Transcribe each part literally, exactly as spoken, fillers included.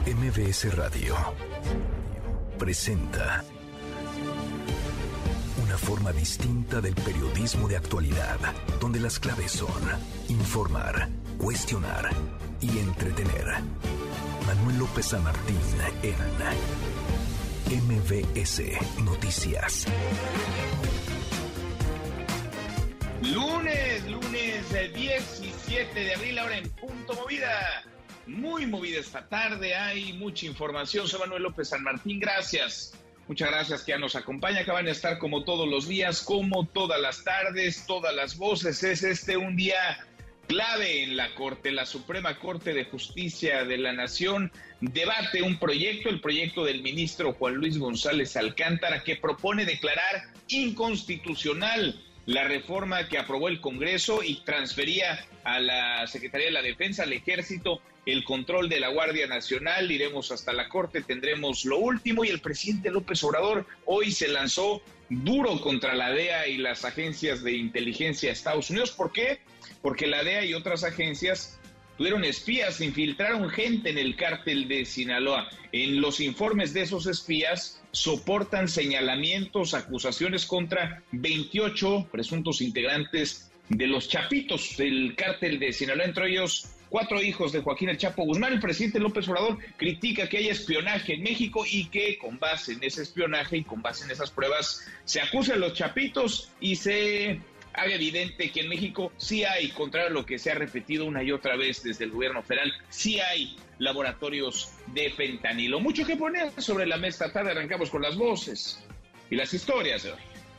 M B S Radio presenta una forma distinta del periodismo de actualidad, donde las claves son informar, cuestionar y entretener. Manuel López San Martín en M B S Noticias. Lunes, lunes diecisiete de abril, ahora en punto movida. Muy movida esta tarde, hay mucha información. Soy Manuel López San Martín, gracias. Muchas gracias que ya nos acompaña, que van a estar como todos los días, como todas las tardes, todas las voces. Es este un día clave en la Corte. La Suprema Corte de Justicia de la Nación debate un proyecto, el proyecto del ministro Juan Luis González Alcántara, que propone declarar inconstitucional la reforma que aprobó el Congreso y transfería a la Secretaría de la Defensa, al Ejército, el control de la Guardia Nacional. Iremos hasta la Corte, tendremos lo último, y el presidente López Obrador hoy se lanzó duro contra la D E A y las agencias de inteligencia de Estados Unidos. ¿Por qué? Porque la D E A y otras agencias tuvieron espías, infiltraron gente en el cártel de Sinaloa. En los informes de esos espías soportan señalamientos, acusaciones contra veintiocho presuntos integrantes de los Chapitos del cártel de Sinaloa, entre ellos cuatro hijos de Joaquín El Chapo Guzmán. El presidente López Obrador critica que haya espionaje en México y que con base en ese espionaje y con base en esas pruebas se acuse a los Chapitos y se haga evidente que en México sí hay, contrario a lo que se ha repetido una y otra vez desde el gobierno federal, sí hay laboratorios de fentanilo. Mucho que poner sobre la mesa. Esta tarde arrancamos con las voces y las historias de hoy.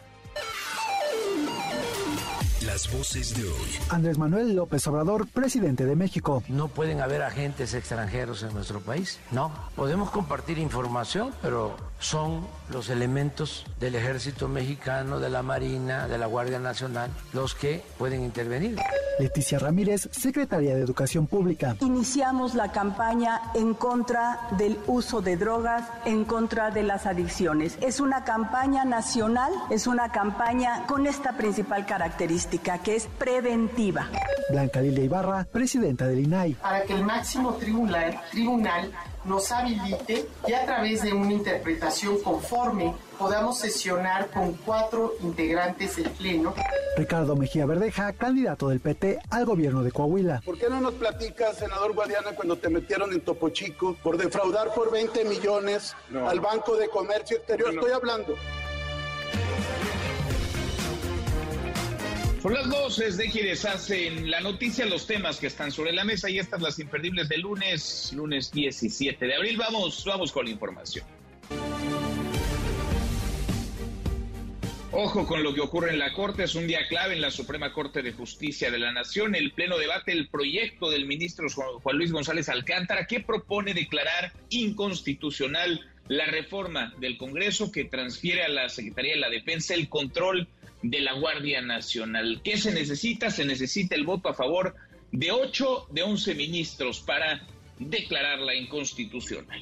Las voces de hoy. Andrés Manuel López Obrador, presidente de México. No pueden haber agentes extranjeros en nuestro país. No. Podemos compartir información, pero son los elementos del Ejército Mexicano, de la Marina, de la Guardia Nacional, los que pueden intervenir. Leticia Ramírez, secretaria de Educación Pública. Iniciamos la campaña en contra del uso de drogas, en contra de las adicciones. Es una campaña nacional, es una campaña con esta principal característica, que es preventiva. Blanca Lilia Ibarra, presidenta del I N A I. Para que el máximo tribunal, tribunal nos habilite y a través de una interpretación conforme podamos sesionar con cuatro integrantes del Pleno. Ricardo Mejía Verdeja, candidato del P T al gobierno de Coahuila. ¿Por qué no nos platicas, senador Guadiana, cuando te metieron en Topo Chico por defraudar por veinte millones no. al Banco de Comercio Exterior? No. Estoy hablando. Son las voces de quienes hacen la noticia, los temas que están sobre la mesa, y estas las imperdibles de lunes, lunes diecisiete de abril. Vamos, vamos con la información. Ojo con lo que ocurre en la Corte, es un día clave en la Suprema Corte de Justicia de la Nación. El Pleno debate el proyecto del ministro Juan Luis González Alcántara, que propone declarar inconstitucional la reforma del Congreso que transfiere a la Secretaría de la Defensa el control de la Guardia Nacional. ¿Qué se necesita? Se necesita el voto a favor de ocho de once ministros para declararla inconstitucional.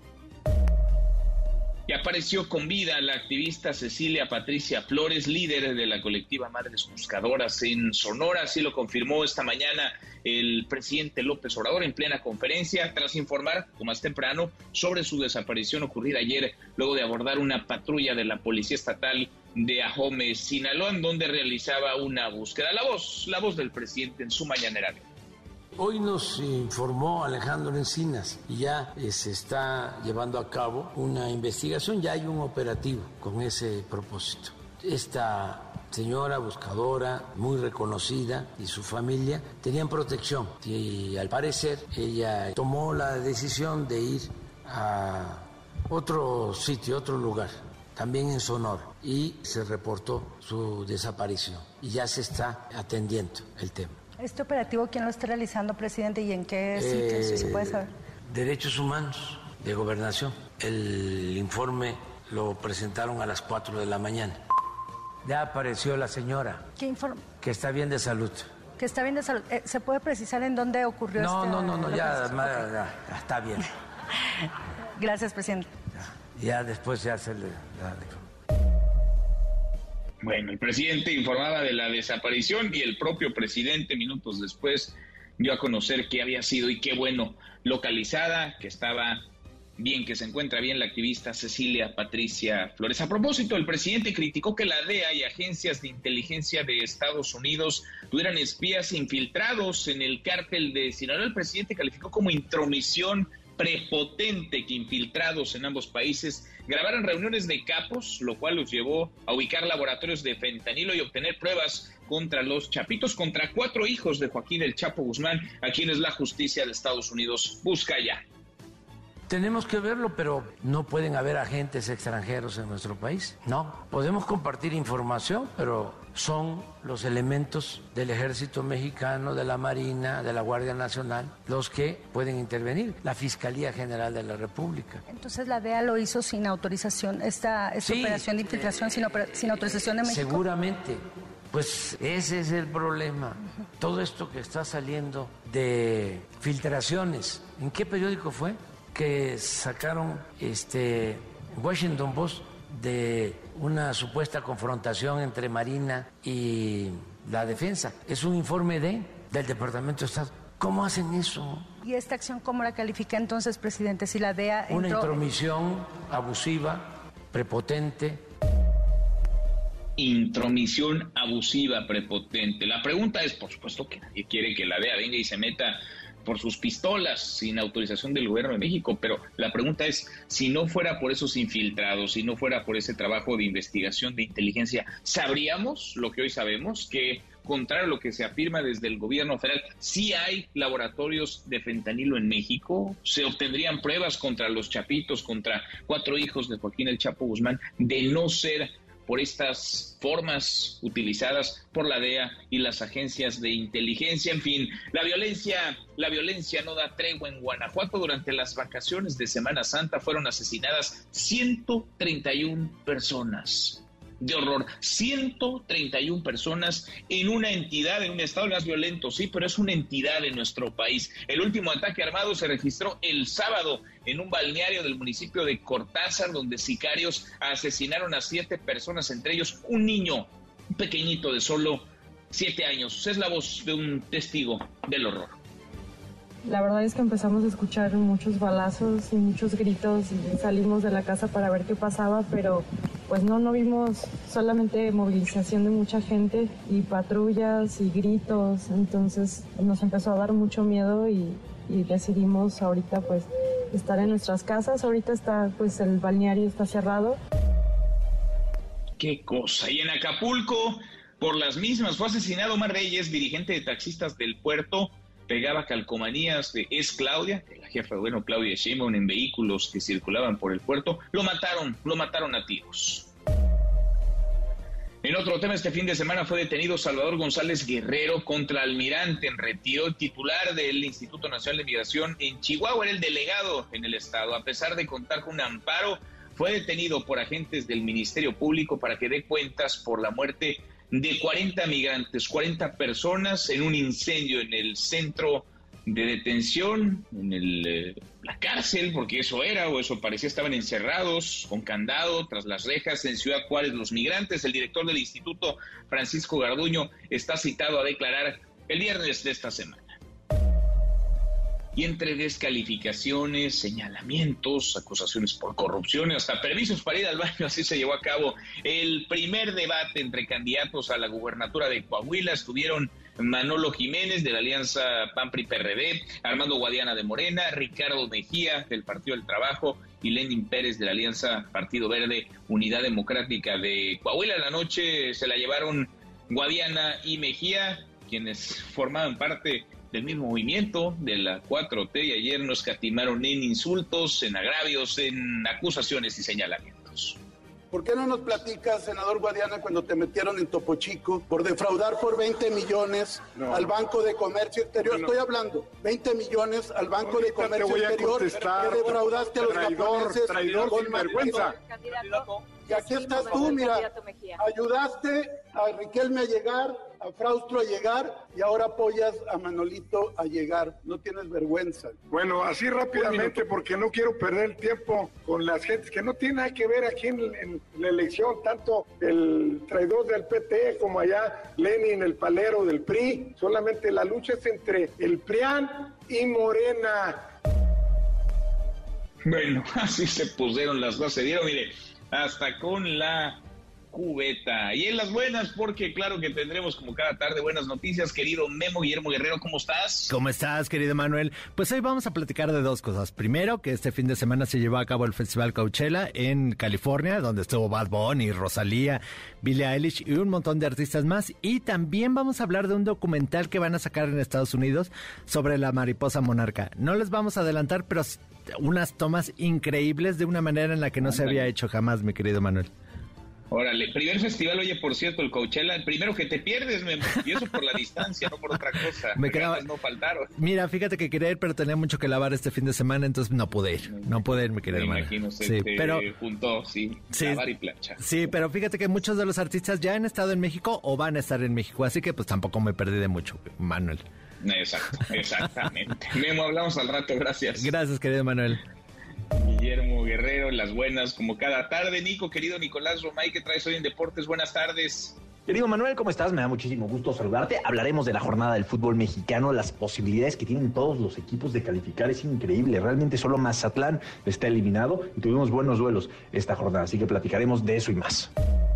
Y apareció con vida la activista Cecilia Patricia Flores, líder de la colectiva Madres Buscadoras en Sonora. Así lo confirmó esta mañana el presidente López Obrador en plena conferencia, tras informar, como más temprano, sobre su desaparición ocurrida ayer, luego de abordar una patrulla de la Policía Estatal de Ahome, Sinaloa, en donde realizaba una búsqueda. La voz, la voz del presidente en su mañanera. Hoy nos informó Alejandro Encinas y ya se está llevando a cabo una investigación, ya hay un operativo con ese propósito. Esta señora buscadora, muy reconocida, y su familia tenían protección y al parecer ella tomó la decisión de ir a otro sitio, otro lugar, también en Sonora, y se reportó su desaparición y ya se está atendiendo el tema. ¿Este operativo quién lo está realizando, presidente, y en qué sitios, eh, se puede saber? Derechos Humanos de Gobernación. El informe lo presentaron a las cuatro de la mañana. Ya apareció la señora. ¿Qué informe? Que está bien de salud. Que está bien de salud. Eh, ¿Se puede precisar en dónde ocurrió no, este? No, no, no, ya, okay. ya, ya está bien. Gracias, presidente. Ya, ya después ya se le... Ya, Bueno, el presidente informaba de la desaparición y el propio presidente minutos después dio a conocer que había sido, y qué bueno, localizada, que estaba bien, que se encuentra bien la activista Cecilia Patricia Flores. A propósito, el presidente criticó que la D E A y agencias de inteligencia de Estados Unidos tuvieran espías infiltrados en el cártel de Sinaloa. El presidente calificó como intromisión prepotente que infiltrados en ambos países grabaran reuniones de capos, lo cual los llevó a ubicar laboratorios de fentanilo y obtener pruebas contra los chapitos, contra cuatro hijos de Joaquín El Chapo Guzmán, a quienes la justicia de Estados Unidos busca ya. Tenemos que verlo, pero no pueden haber agentes extranjeros en nuestro país. No, podemos compartir información, pero son los elementos del Ejército Mexicano, de la Marina, de la Guardia Nacional, los que pueden intervenir, la Fiscalía General de la República. Entonces la D E A lo hizo sin autorización, esta, esta sí, operación de infiltración sin, sin autorización de México. Seguramente. Pues ese es el problema. Uh-huh. Todo esto que está saliendo de filtraciones, ¿en qué periódico fue? Que sacaron este Washington Post de una supuesta confrontación entre Marina y la defensa. Es un informe de del Departamento de Estado. ¿Cómo hacen eso? ¿Y esta acción cómo la califica entonces, presidente? Si la D E A entró... Una intromisión abusiva, prepotente. Intromisión abusiva, prepotente. La pregunta es, por supuesto, que nadie quiere que la D E A venga y se meta por sus pistolas sin autorización del gobierno de México, pero la pregunta es, si no fuera por esos infiltrados, si no fuera por ese trabajo de investigación de inteligencia, ¿sabríamos lo que hoy sabemos? Que, contrario a lo que se afirma desde el gobierno federal, sí hay laboratorios de fentanilo en México, se obtendrían pruebas contra los chapitos, contra cuatro hijos de Joaquín El Chapo Guzmán, de no ser por estas formas utilizadas por la D E A y las agencias de inteligencia. En fin, la violencia, la violencia no da tregua en Guanajuato. Durante las vacaciones de Semana Santa fueron asesinadas ciento treinta y una personas. De horror, ciento treinta y una personas en una entidad, en un estado más violento, sí, pero es una entidad en nuestro país. El último ataque armado se registró el sábado en un balneario del municipio de Cortázar, donde sicarios asesinaron a siete personas, entre ellos un niño, un pequeñito de solo siete años. Es la voz de un testigo del horror. La verdad es que empezamos a escuchar muchos balazos y muchos gritos y salimos de la casa para ver qué pasaba, pero pues no, no vimos, solamente movilización de mucha gente y patrullas y gritos, entonces nos empezó a dar mucho miedo y, y decidimos ahorita pues estar en nuestras casas. Ahorita está pues el balneario está cerrado. Qué cosa. Y en Acapulco, por las mismas, fue asesinado Omar Reyes, dirigente de taxistas del puerto. Pegaba calcomanías de Es Claudia, la jefa de gobierno Claudia Sheinbaum, en vehículos que circulaban por el puerto. Lo mataron, lo mataron a tiros. En otro tema, este fin de semana fue detenido Salvador González Guerrero, contraalmirante en retiro, titular del Instituto Nacional de Migración en Chihuahua, era el delegado en el estado. A pesar de contar con un amparo, fue detenido por agentes del Ministerio Público para que dé cuentas por la muerte de cuarenta migrantes, cuarenta personas en un incendio en el centro de detención, en el, eh, la cárcel, porque eso era, o eso parecía, estaban encerrados con candado tras las rejas en Ciudad Juárez los migrantes. El director del instituto, Francisco Garduño, está citado a declarar el viernes de esta semana. Y entre descalificaciones, señalamientos, acusaciones por corrupción, hasta permisos para ir al baño, así se llevó a cabo el primer debate entre candidatos a la gubernatura de Coahuila. Estuvieron Manolo Jiménez de la alianza P A N P R I P R D, Armando Guadiana de Morena, Ricardo Mejía del Partido del Trabajo y Lenín Pérez de la alianza Partido Verde Unidad Democrática de Coahuila. La noche se la llevaron Guadiana y Mejía, quienes formaban parte del mismo movimiento de la cuatro T, y ayer nos escatimaron en insultos, en agravios, en acusaciones y señalamientos. ¿Por qué no nos platicas, senador Guadiana, cuando te metieron en Topo Chico por defraudar por veinte millones no. al Banco de Comercio Exterior? No. Estoy hablando, veinte millones al Banco Ahorita de Comercio Exterior que defraudaste a los traidor, japoneses traidor con sin vergüenza. Y aquí estás tú, mira, ayudaste a Riquelme a llegar, a Fraustro a llegar y ahora apoyas a Manolito a llegar. No tienes vergüenza. Bueno, así rápidamente, porque no quiero perder el tiempo con las gentes que no tienen nada que ver aquí en, en la elección, tanto el traidor del P T como allá Lenin, el palero del P R I. Solamente la lucha es entre el PRIAN y Morena. Bueno, así se pusieron las cosas, se dieron, mire, hasta con la cubeta. Y en las buenas, porque claro que tendremos como cada tarde buenas noticias. Querido Memo Guillermo Guerrero, ¿cómo estás? ¿Cómo estás, querido Manuel? Pues hoy vamos a platicar de dos cosas. Primero, que este fin de semana se llevó a cabo el Festival Coachella en California, donde estuvo Bad Bunny, Rosalía, Billie Eilish y un montón de artistas más. Y también vamos a hablar de un documental que van a sacar en Estados Unidos sobre la mariposa monarca. No les vamos a adelantar, pero unas tomas increíbles de una manera en la que no se había hecho jamás, mi querido Manuel. Órale, primer festival, oye, por cierto, el Coachella, el primero que te pierdes, Memo, y eso por la distancia, no por otra cosa. Me quedaba, no faltaron. Mira, fíjate que quería ir, pero tenía mucho que lavar este fin de semana, entonces no pude ir, no pude ir, mi querido hermano. Me imagino, se sí, te pero, juntó, sí, sí, lavar y planchar. Sí, pero fíjate que muchos de los artistas ya han estado en México o van a estar en México, así que pues tampoco me perdí de mucho, Manuel. Exacto, exactamente. Memo, hablamos al rato, gracias. Gracias, querido Manuel. Guillermo Guerrero, las buenas como cada tarde. Nico, querido Nicolás Romay, ¿qué traes hoy en Deportes? Buenas tardes. Querido Manuel, ¿cómo estás? Me da muchísimo gusto saludarte. Hablaremos de la jornada del fútbol mexicano, las posibilidades que tienen todos los equipos de calificar. Es increíble, realmente solo Mazatlán está eliminado y tuvimos buenos duelos esta jornada, así que platicaremos de eso y más.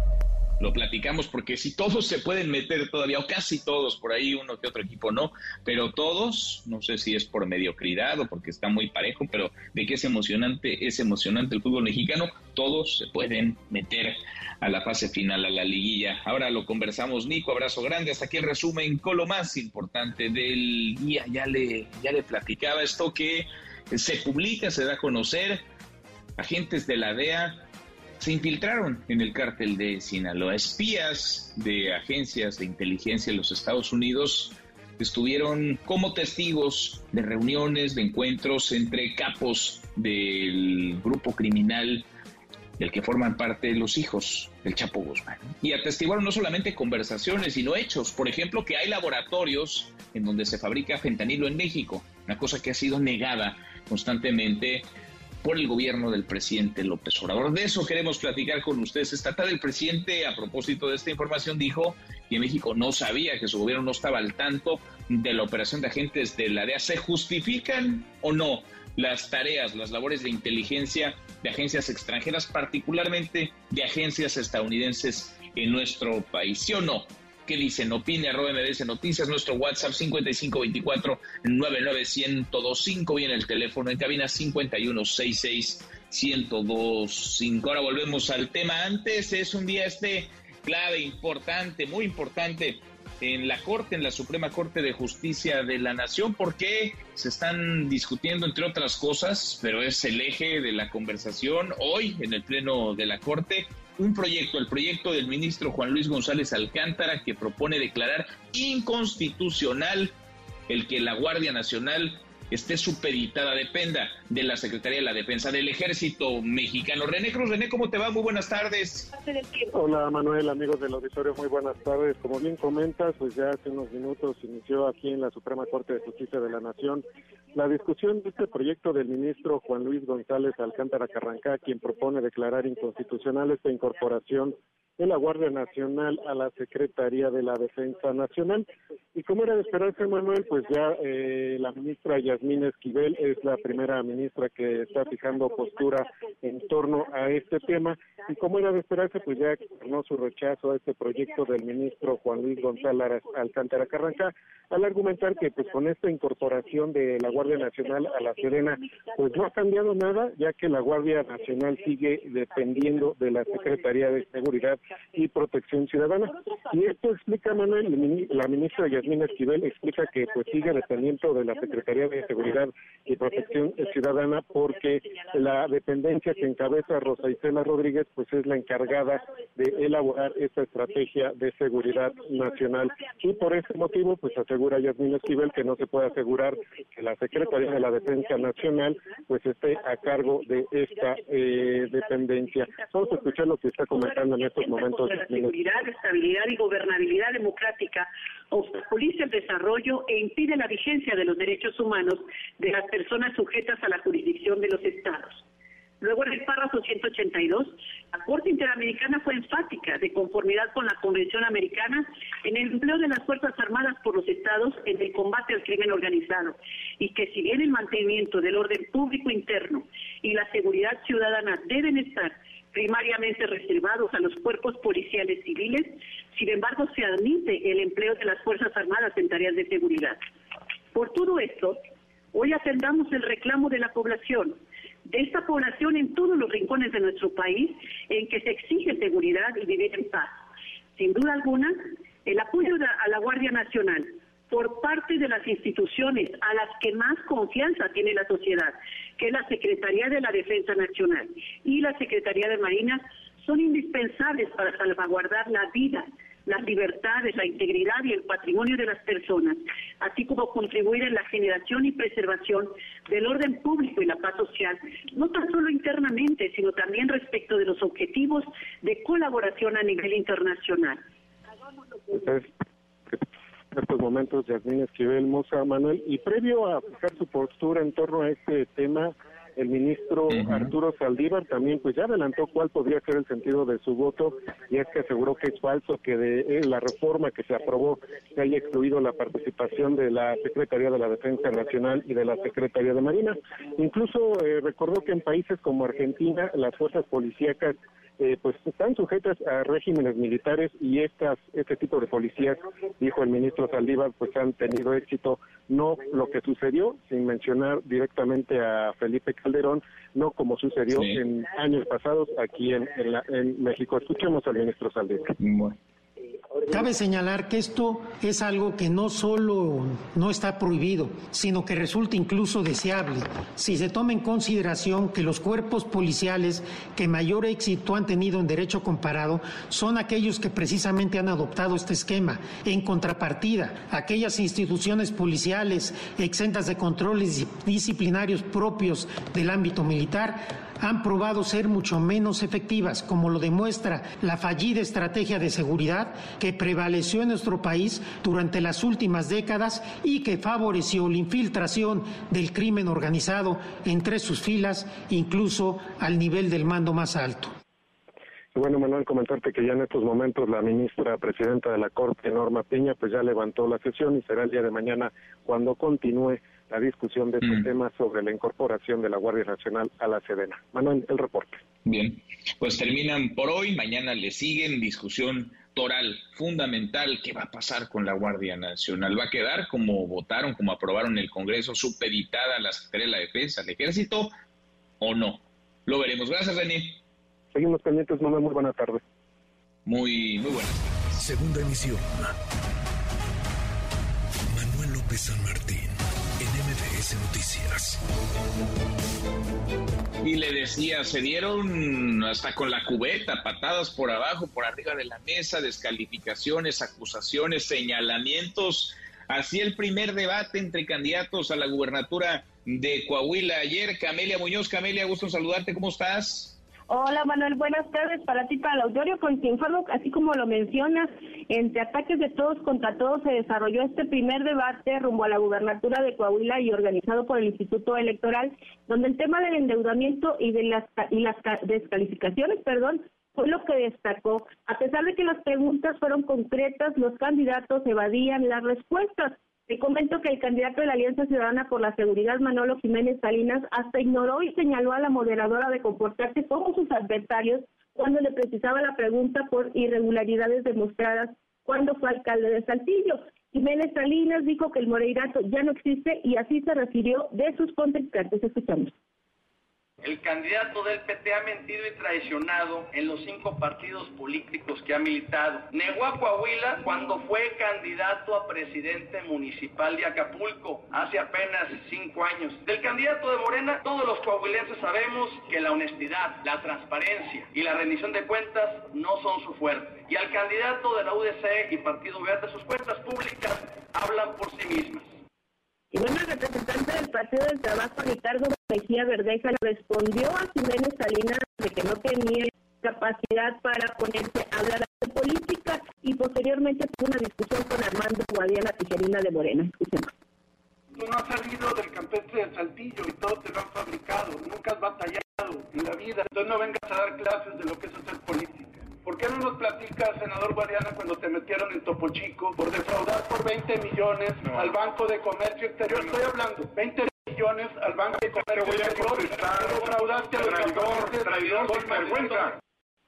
Lo platicamos porque si todos se pueden meter todavía, o casi todos, por ahí uno que otro equipo no, pero todos, no sé si es por mediocridad o porque está muy parejo, pero de que es emocionante, es emocionante el fútbol mexicano, todos se pueden meter a la fase final, a la liguilla. Ahora lo conversamos, Nico, abrazo grande, hasta aquí el resumen con lo más importante del día. Ya le, ya le platicaba esto que se publica, se da a conocer, agentes de la D E A se infiltraron en el cártel de Sinaloa. Espías de agencias de inteligencia de los Estados Unidos estuvieron como testigos de reuniones, de encuentros entre capos del grupo criminal del que forman parte los hijos del Chapo Guzmán. Y atestiguaron no solamente conversaciones, sino hechos. Por ejemplo, que hay laboratorios en donde se fabrica fentanilo en México, una cosa que ha sido negada constantemente por el gobierno del presidente López Obrador. De eso queremos platicar con ustedes esta tarde. El presidente, a propósito de esta información, dijo que México no sabía, que su gobierno no estaba al tanto de la operación de agentes de la D E A. ¿Se justifican o no las tareas, las labores de inteligencia de agencias extranjeras, particularmente de agencias estadounidenses en nuestro país? ¿Sí o no? ¿Qué dicen? Opine, arroba M B S Noticias, nuestro WhatsApp cincuenta y cinco veinticuatro noventa y nueve ciento veinticinco, viene el teléfono en cabina cincuenta y uno sesenta y seis ciento veinticinco. Ahora volvemos al tema. Antes es un día este clave, importante, muy importante en la Corte, en la Suprema Corte de Justicia de la Nación, porque se están discutiendo, entre otras cosas, pero es el eje de la conversación hoy en el Pleno de la Corte, un proyecto, el proyecto del ministro Juan Luis González Alcántara, que propone declarar inconstitucional el que la Guardia Nacional esté supeditada, dependa de la Secretaría de la Defensa del Ejército Mexicano. René Cruz, René, ¿cómo te va? Muy buenas tardes. Hola Manuel, amigos del auditorio, muy buenas tardes. Como bien comentas, pues ya hace unos minutos inició aquí en la Suprema Corte de Justicia de la Nación la discusión de este proyecto del ministro Juan Luis González Alcántara Carrancá, quien propone declarar inconstitucional esta incorporación de la Guardia Nacional a la Secretaría de la Defensa Nacional. Y como era de esperarse, Manuel, pues ya eh, la ministra Yasmín Esquivel es la primera ministra que está fijando postura en torno a este tema. Y como era de esperarse, pues ya externó su rechazo a este proyecto del ministro Juan Luis González Alcántara Carrancá, al argumentar que pues con esta incorporación de la Guardia Nacional a la Sedena, pues no ha cambiado nada, ya que la Guardia Nacional sigue dependiendo de la Secretaría de Seguridad y Protección Ciudadana. Y esto explica, Manuel, la ministra Yasmín Esquivel explica que pues sigue dependiendo de la Secretaría de Seguridad y Protección Ciudadana porque la dependencia que encabeza Rosa Isela Rodríguez pues es la encargada de elaborar esta estrategia de seguridad nacional. Y por ese motivo pues asegura Yasmín Esquivel que no se puede asegurar que la Secretaría de la Defensa Nacional pues esté a cargo de esta eh, dependencia. Vamos a escuchar lo que está comentando en estos momentos. De la seguridad, estabilidad y gobernabilidad democrática obstaculiza el desarrollo e impide la vigencia de los derechos humanos de las personas sujetas a la jurisdicción de los estados. Luego, en el párrafo ciento ochenta y dos, la Corte Interamericana fue enfática de conformidad con la Convención Americana en el empleo de las Fuerzas Armadas por los estados en el combate al crimen organizado, y que si bien el mantenimiento del orden público interno y la seguridad ciudadana deben estar primariamente reservados a los cuerpos policiales civiles, sin embargo se admite el empleo de las Fuerzas Armadas en tareas de seguridad. Por todo esto, hoy atendamos el reclamo de la población, de esta población en todos los rincones de nuestro país, en que se exige seguridad y vivir en paz. Sin duda alguna, el apoyo a la Guardia Nacional por parte de las instituciones a las que más confianza tiene la sociedad, que es la Secretaría de la Defensa Nacional y la Secretaría de Marina, son indispensables para salvaguardar la vida, las libertades, la integridad y el patrimonio de las personas, así como contribuir en la generación y preservación del orden público y la paz social, no tan solo internamente, sino también respecto de los objetivos de colaboración a nivel internacional. En estos momentos, Yasmín Esquivel Moza, Manuel, y previo a fijar su postura en torno a este tema, el ministro uh-huh. Arturo Saldívar también pues ya adelantó cuál podría ser el sentido de su voto, y es que aseguró que es falso que de eh, la reforma que se aprobó se haya excluido la participación de la Secretaría de la Defensa Nacional y de la Secretaría de Marina. Incluso eh, recordó que en países como Argentina las fuerzas policíacas Eh, pues están sujetas a regímenes militares, y estas este tipo de policías, dijo el ministro Saldívar, pues han tenido éxito, no lo que sucedió, sin mencionar directamente a Felipe Calderón, no como sucedió sí. en años pasados aquí en, en, la, en México. Escuchemos al ministro Saldívar. Bueno. Cabe señalar que esto es algo que no solo no está prohibido, sino que resulta incluso deseable si se toma en consideración que los cuerpos policiales que mayor éxito han tenido en derecho comparado son aquellos que precisamente han adoptado este esquema. En contrapartida, aquellas instituciones policiales exentas de controles disciplinarios propios del ámbito militar han probado ser mucho menos efectivas, como lo demuestra la fallida estrategia de seguridad que prevaleció en nuestro país durante las últimas décadas y que favoreció la infiltración del crimen organizado entre sus filas, incluso al nivel del mando más alto. Bueno, Manuel, comentarte que ya en estos momentos la ministra presidenta de la Corte, Norma Piña, pues ya levantó la sesión, y será el día de mañana cuando continúe la discusión de este mm. tema sobre la incorporación de la Guardia Nacional a la Sedena. Manuel, el reporte. Bien, pues terminan por hoy, mañana le siguen discusión toral, fundamental. ¿Qué va a pasar con la Guardia Nacional? ¿Va a quedar como votaron, como aprobaron en el Congreso, supeditada a la Secretaría de la Defensa, al Ejército, o no? Lo veremos. Gracias, René. Seguimos pendientes, Manuel, muy buena tarde. Muy, muy buenas tardes. Segunda emisión. Manuel López San Martín, en M B S Noticias. Y le decía, se dieron hasta con la cubeta, patadas por abajo, por arriba de la mesa, descalificaciones, acusaciones, señalamientos. Así el primer debate entre candidatos a la gubernatura de Coahuila ayer. Camelia Muñoz, Camelia, gusto en saludarte, ¿cómo estás? Hola Manuel, buenas tardes para ti, para el auditorio. Pues te informo, así como lo mencionas, entre ataques de todos contra todos se desarrolló este primer debate rumbo a la gubernatura de Coahuila y organizado por el Instituto Electoral, donde el tema del endeudamiento y de las y las descalificaciones, perdón, fue lo que destacó. A pesar de que las preguntas fueron concretas, los candidatos evadían las respuestas. Te comento que el candidato de la Alianza Ciudadana por la Seguridad, Manolo Jiménez Salinas, hasta ignoró y señaló a la moderadora de comportarse como sus adversarios cuando le precisaba la pregunta por irregularidades demostradas cuando fue alcalde de Saltillo. Jiménez Salinas dijo que el moreirato ya no existe y así se refirió de sus contrincantes. Escuchamos. El candidato del P T ha mentido y traicionado en los cinco partidos políticos que ha militado. Negó a Coahuila cuando fue candidato a presidente municipal de Acapulco hace apenas cinco años. Del candidato de Morena, todos los coahuilenses sabemos que la honestidad, la transparencia y la rendición de cuentas no son su fuerte. Y al candidato de la U D C y Partido Verde, sus cuentas públicas hablan por sí mismas. Y bueno, el representante del Partido del Trabajo, Ricardo Mejía Verdeja, respondió a Jiménez Salinas de que no tenía capacidad para ponerse a hablar de política y posteriormente tuvo una discusión con Armando Guadiana Tijerina de Morena. Escuchemos. Tú no has salido del campestre de Saltillo y todo te lo han fabricado, nunca has batallado en la vida, entonces no vengas a dar clases de lo que es hacer platicas, senador Guadiana, cuando te metieron en Topo Chico por defraudar por veinte millones no. al Banco de Comercio Exterior? No. Estoy hablando, veinte millones al Banco de Comercio te voy a Exterior. Contestar, defraudaste a los traidor, traidor, sin vergüenza.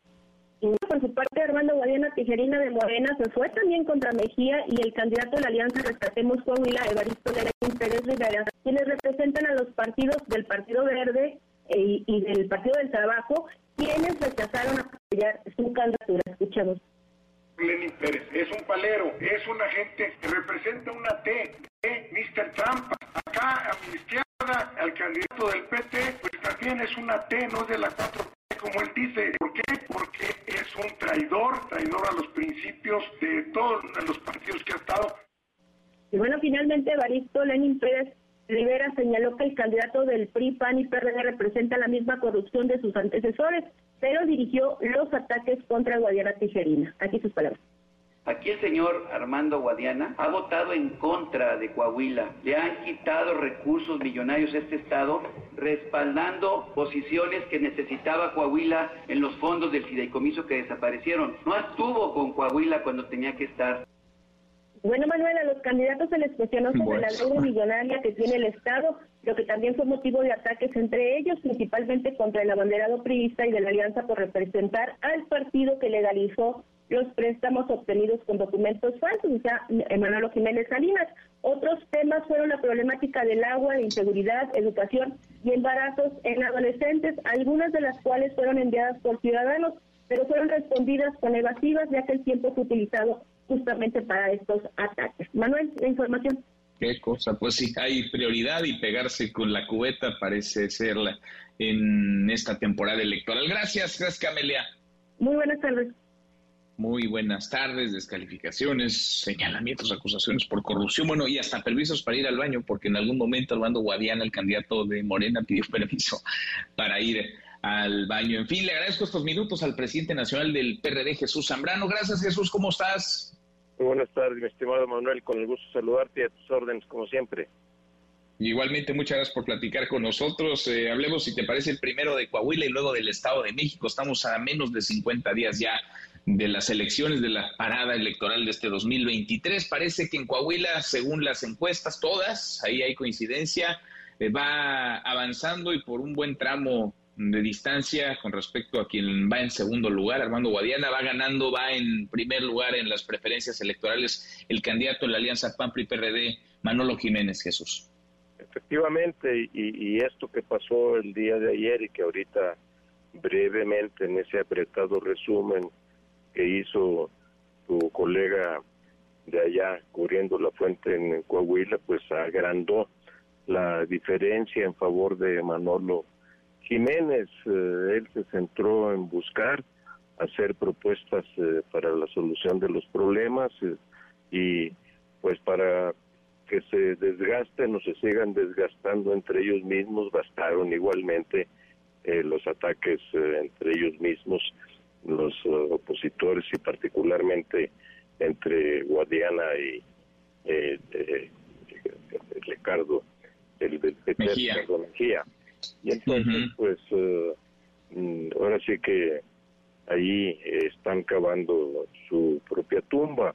Por su parte, Armando Guadiana Tijerina de Morena se fue también contra Mejía y el candidato de la Alianza Rescatemos Coahuila, Evaristo Lenín Pérez Rivera, quienes representan a los partidos del Partido Verde e, y del Partido del Trabajo, quienes rechazaron apoyar su candidatura. Escuchemos. Lenín Pérez es un palero, es un agente que representa una T de mister Trampa. Acá a mi izquierda, al candidato del P T, pues también es una T, no de la cuatro T, como él dice. ¿Por qué? Porque es un traidor, traidor a los principios de todos los partidos que ha estado. Y bueno, finalmente Evaristo Lenín Pérez Rivera señaló que el candidato del P R I, P A N y P R D representa la misma corrupción de sus antecesores, pero dirigió los ataques contra Guadiana Tijerina. Aquí sus palabras. Aquí el señor Armando Guadiana ha votado en contra de Coahuila. Le han quitado recursos millonarios a este estado, respaldando posiciones que necesitaba Coahuila en los fondos del fideicomiso que desaparecieron. No estuvo con Coahuila cuando tenía que estar. Bueno, Manuel, a los candidatos se les cuestionó sobre bueno. la deuda millonaria que tiene el Estado, lo que también fue motivo de ataques entre ellos, principalmente contra el abanderado priista y de la Alianza por representar al partido que legalizó los préstamos obtenidos con documentos falsos, o sea, Manolo Jiménez Salinas. Otros temas fueron la problemática del agua, de inseguridad, educación y embarazos en adolescentes, algunas de las cuales fueron enviadas por ciudadanos, pero fueron respondidas con evasivas, ya que el tiempo fue utilizado justamente para estos ataques. Manuel, la información. Qué cosa, pues sí, hay prioridad y pegarse con la cubeta parece ser la, en esta temporada electoral. Gracias, gracias Camelia. Muy buenas tardes. Muy buenas tardes, descalificaciones, señalamientos, acusaciones por corrupción, bueno, y hasta permisos para ir al baño, porque en algún momento Armando Guadiana, el candidato de Morena, pidió permiso para ir al baño. En fin, le agradezco estos minutos al presidente nacional del P R D, Jesús Zambrano. Gracias, Jesús, ¿cómo estás? Muy buenas tardes, mi estimado Manuel, con el gusto de saludarte y a tus órdenes, como siempre. Igualmente, muchas gracias por platicar con nosotros. Eh, hablemos, si te parece, el primero de Coahuila y luego del Estado de México. Estamos a menos de cincuenta días ya de las elecciones, de la parada electoral de este dos mil veintitrés. Parece que en Coahuila, según las encuestas, todas, ahí hay coincidencia, eh, va avanzando y por un buen tramo de distancia con respecto a quien va en segundo lugar. Armando Guadiana va ganando, va en primer lugar en las preferencias electorales el candidato de la alianza P A N P R I P R D, Manolo Jiménez. Jesús. Efectivamente, y, y esto que pasó el día de ayer y que ahorita brevemente en ese apretado resumen que hizo tu colega de allá cubriendo la fuente en Coahuila, pues agrandó la diferencia en favor de Manolo Jiménez. Eh, él se centró en buscar hacer propuestas eh, para la solución de los problemas eh, y pues para que se desgasten o se sigan desgastando entre ellos mismos. Bastaron igualmente eh, los ataques eh, entre ellos mismos, los uh, opositores, y particularmente entre Guadiana y eh, eh, Ricardo, el del P T, Mejía. Mejía. Y entonces, uh-huh. pues, uh, ahora sí que ahí están cavando su propia tumba,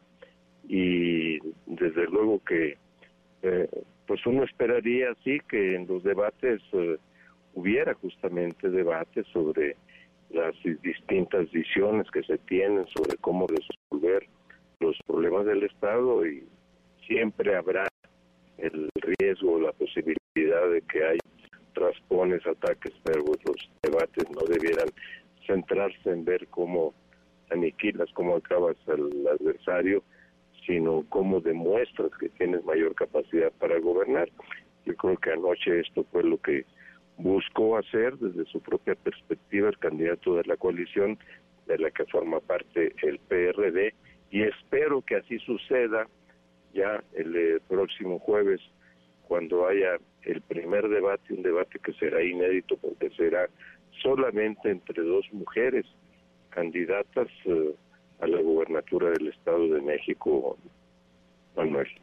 y desde luego que eh, pues uno esperaría sí que en los debates uh, hubiera justamente debates sobre las distintas visiones que se tienen sobre cómo resolver los problemas del Estado, y siempre habrá el riesgo, la posibilidad de que haya raspones, ataques, pero los debates no debieran centrarse en ver cómo aniquilas, cómo acabas al adversario, sino cómo demuestras que tienes mayor capacidad para gobernar. Yo creo que anoche esto fue lo que buscó hacer desde su propia perspectiva el candidato de la coalición de la que forma parte el P R D, y espero que así suceda ya el eh, próximo jueves, cuando haya el primer debate, un debate que será inédito porque será solamente entre dos mujeres candidatas eh, a la gubernatura del Estado de México, Manuel.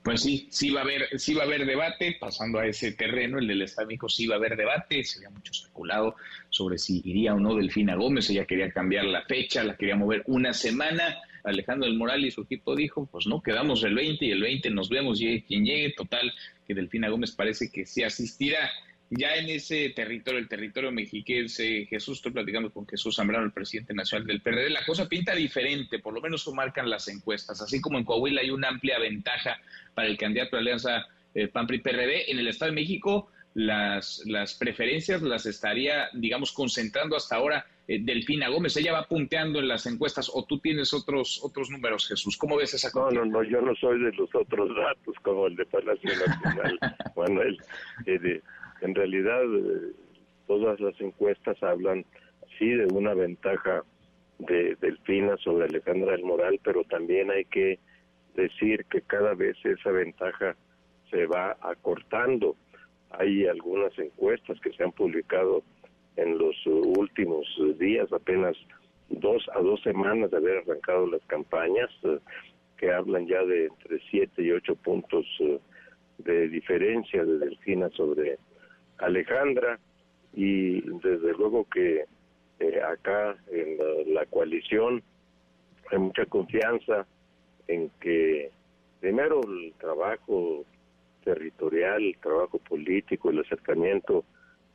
Pues sí, sí va a haber, sí va a haber debate, pasando a ese terreno, el del Estado de México, sí va a haber debate, se había mucho especulado sobre si iría o no Delfina Gómez, ella quería cambiar la fecha, la quería mover una semana, Alejandro del Moral y su equipo dijo, pues no, quedamos el veinte y el veinte nos vemos, llegue quien llegue, total, que Delfina Gómez parece que sí asistirá. Ya en ese territorio, el territorio mexiquense, Jesús, estoy platicando con Jesús Zambrano, el presidente nacional del P R D, la cosa pinta diferente, por lo menos lo marcan las encuestas, así como en Coahuila hay una amplia ventaja para el candidato de Alianza eh, P A N P R I P R D, en el Estado de México las, las preferencias las estaría, digamos, concentrando hasta ahora eh, Delfina Gómez, ella va punteando en las encuestas, o tú tienes otros otros números, Jesús, ¿cómo ves esa cosa? No, no, no, yo no soy de los otros datos como el de Palacio Nacional, Manuel, eh, de, en realidad eh, todas las encuestas hablan, sí, de una ventaja de Delfina sobre Alejandra del Moral, pero también hay que decir que cada vez esa ventaja se va acortando. Hay algunas encuestas que se han publicado en los últimos días, apenas dos a dos semanas de haber arrancado las campañas, eh, que hablan ya de entre siete y ocho puntos eh, de diferencia de Delfina sobre Alejandra, y desde luego que eh, acá en la, la coalición hay mucha confianza en que primero el trabajo territorial, el trabajo político, el acercamiento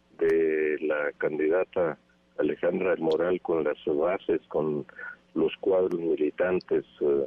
de la candidata Alejandra del Moral con las bases, con los cuadros militantes eh,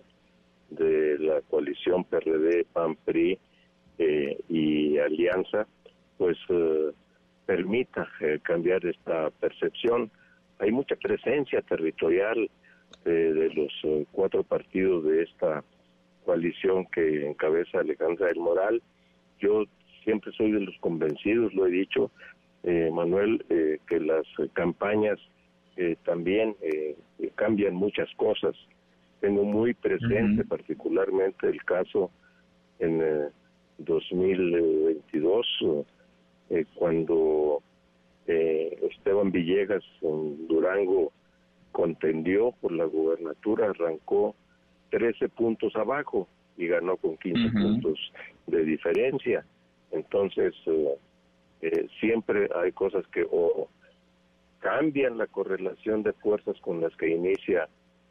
de la coalición P R D, P A N, P R I eh, y Alianza, pues eh, permita eh, cambiar esta percepción. Hay mucha presencia territorial eh, de los eh, cuatro partidos de esta coalición que encabeza Alejandra del Moral. Yo siempre soy de los convencidos, lo he dicho, eh, Manuel, eh, que las eh, campañas eh, también eh, cambian muchas cosas. Tengo muy presente uh-huh. particularmente el caso en eh, dos mil veintidós, eh, cuando eh, Esteban Villegas en Durango contendió por la gubernatura, arrancó trece puntos abajo y ganó con quince uh-huh. puntos de diferencia. Entonces, eh, eh, siempre hay cosas que o cambian la correlación de fuerzas con las que inicia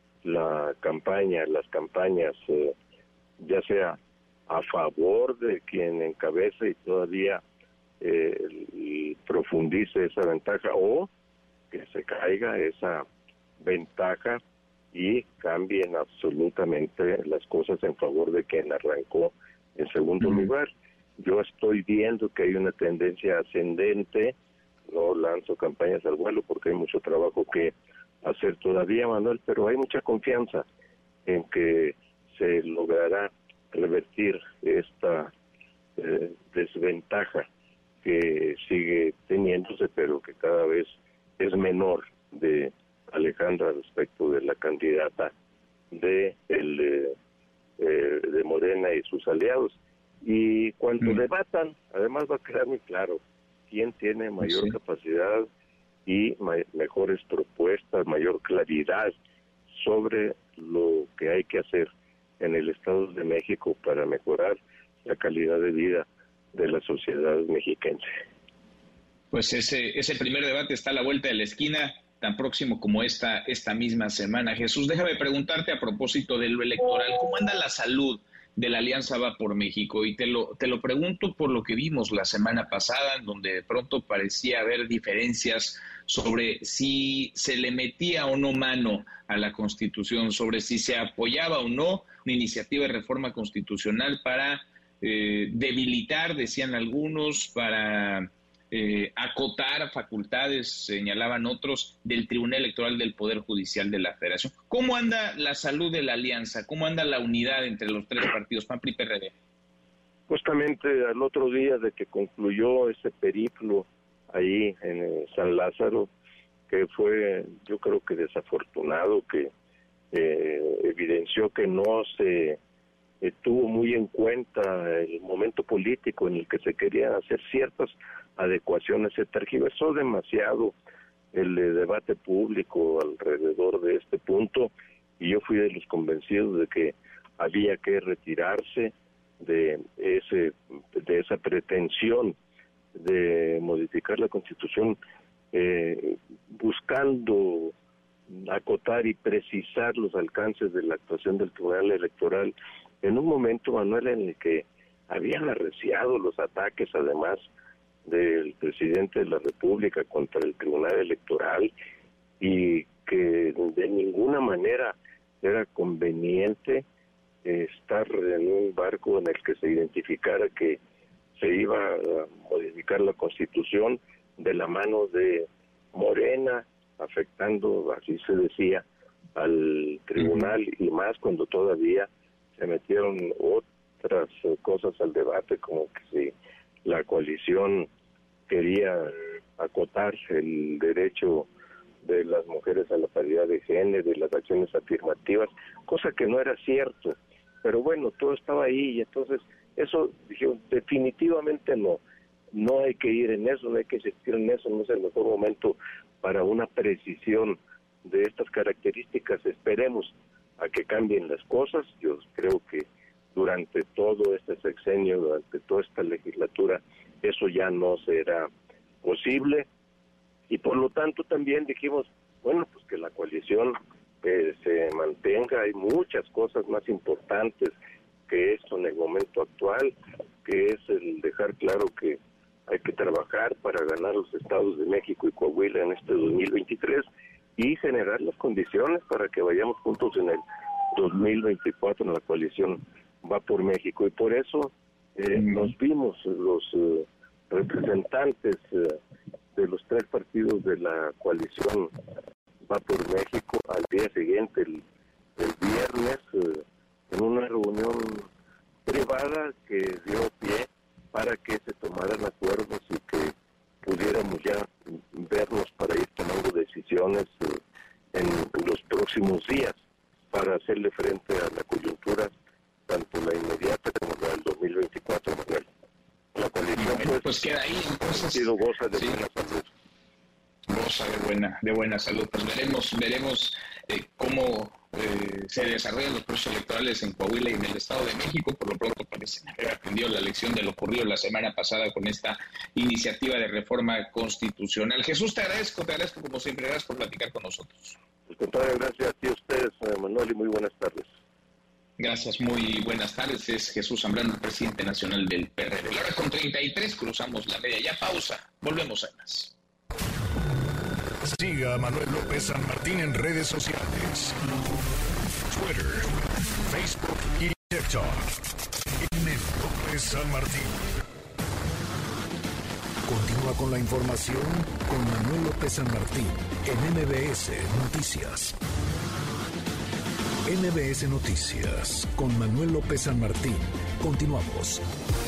la campaña, las campañas, eh, ya sea a favor de quien encabece y todavía eh, y profundice esa ventaja, o que se caiga esa ventaja y cambien absolutamente las cosas en favor de quien arrancó en segundo uh-huh. lugar. Yo estoy viendo que hay una tendencia ascendente, no lanzo campañas al vuelo porque hay mucho trabajo que hacer todavía, Manuel, pero hay mucha confianza en que se logrará revertir esta eh, desventaja que sigue teniéndose, pero que cada vez es menor, de Alejandra respecto de la candidata de el eh, eh, de Morena y sus aliados. Y cuando mm. debatan, además va a quedar muy claro quién tiene mayor sí. capacidad y ma- mejores propuestas, mayor claridad sobre lo que hay que hacer en el Estado de México para mejorar la calidad de vida de la sociedad mexiquense. Pues ese ese primer debate está a la vuelta de la esquina, tan próximo como esta esta misma semana. Jesús, déjame preguntarte a propósito de lo electoral, ¿cómo anda la salud de la Alianza Va por México? Y te lo te lo pregunto por lo que vimos la semana pasada, en donde de pronto parecía haber diferencias sobre si se le metía o no mano a la Constitución, sobre si se apoyaba o no una iniciativa de reforma constitucional para eh, debilitar, decían algunos, para eh, acotar facultades, señalaban otros, del Tribunal Electoral del Poder Judicial de la Federación. ¿Cómo anda la salud de la alianza? ¿Cómo anda la unidad entre los tres partidos, P A N, P R I, P R D? Justamente al otro día de que concluyó ese periplo ahí en San Lázaro, que fue, yo creo que desafortunado, que eh, evidenció que no se eh, tuvo muy en cuenta el momento político en el que se querían hacer ciertas adecuaciones, se tergiversó demasiado el eh, debate público alrededor de este punto, y yo fui de los convencidos de que había que retirarse de ese de esa pretensión de modificar la Constitución eh, buscando acotar y precisar los alcances de la actuación del Tribunal Electoral en un momento, Manuel, en el que habían arreciado los ataques, además del presidente de la República contra el Tribunal Electoral, y que de ninguna manera era conveniente eh, estar en un barco en el que se identificara que se iba a modificar la Constitución de la mano de Morena, afectando, así se decía, al tribunal, y más cuando todavía se metieron otras cosas al debate, como que si la coalición quería acotar el derecho de las mujeres a la paridad de género y las acciones afirmativas, cosa que no era cierto. Pero bueno, todo estaba ahí, y entonces eso, dije, definitivamente no, no hay que ir en eso, no hay que insistir en eso, no es el mejor momento para una precisión de estas características. Esperemos a que cambien las cosas. Yo creo que durante todo este sexenio, durante toda esta legislatura, eso ya no será posible, y por lo tanto también dijimos, bueno, pues que la coalición eh, se mantenga. Hay muchas cosas más importantes que esto en el momento actual, que es el dejar claro que hay que trabajar para ganar los estados de México y Coahuila en este dos mil veintitrés y generar las condiciones para que vayamos juntos en el dos mil veinticuatro en la coalición Va por México. Y por eso eh, nos vimos los eh, representantes eh, de los tres partidos de la coalición Va por México al día siguiente, el, el viernes, eh, en una reunión privada que dio pie para que se tomaran acuerdos y que pudiéramos ya vernos para ir tomando decisiones eh, en los próximos días para hacerle frente a la coyuntura, tanto la inmediata como la del dos mil veinticuatro, Manuel. La coalición bueno, pues, pues queda ahí, entonces. Sido goza de sí. buena salud. Goza de buena, de buena salud. Pues veremos, veremos eh, cómo eh, se desarrollan los procesos electorales en Coahuila y en el Estado de México. Por lo pronto parecen haber aprendido la lección de lo ocurrido la semana pasada con esta iniciativa de reforma constitucional. Jesús, te agradezco, te agradezco como siempre, gracias por platicar con nosotros. Al contrario, gracias a ti, a ustedes, Manuel, y muy buenas tardes. Gracias, muy buenas tardes. Es Jesús Zambrano, presidente nacional del P R D. La hora con treinta y tres, cruzamos la media. Ya pausa, volvemos a más. Siga a Manuel López San Martín en redes sociales. Twitter, Facebook y TikTok. M. López San Martín. Continúa con la información con Manuel López San Martín en M B S Noticias. M B S Noticias con Manuel López San Martín. Continuamos.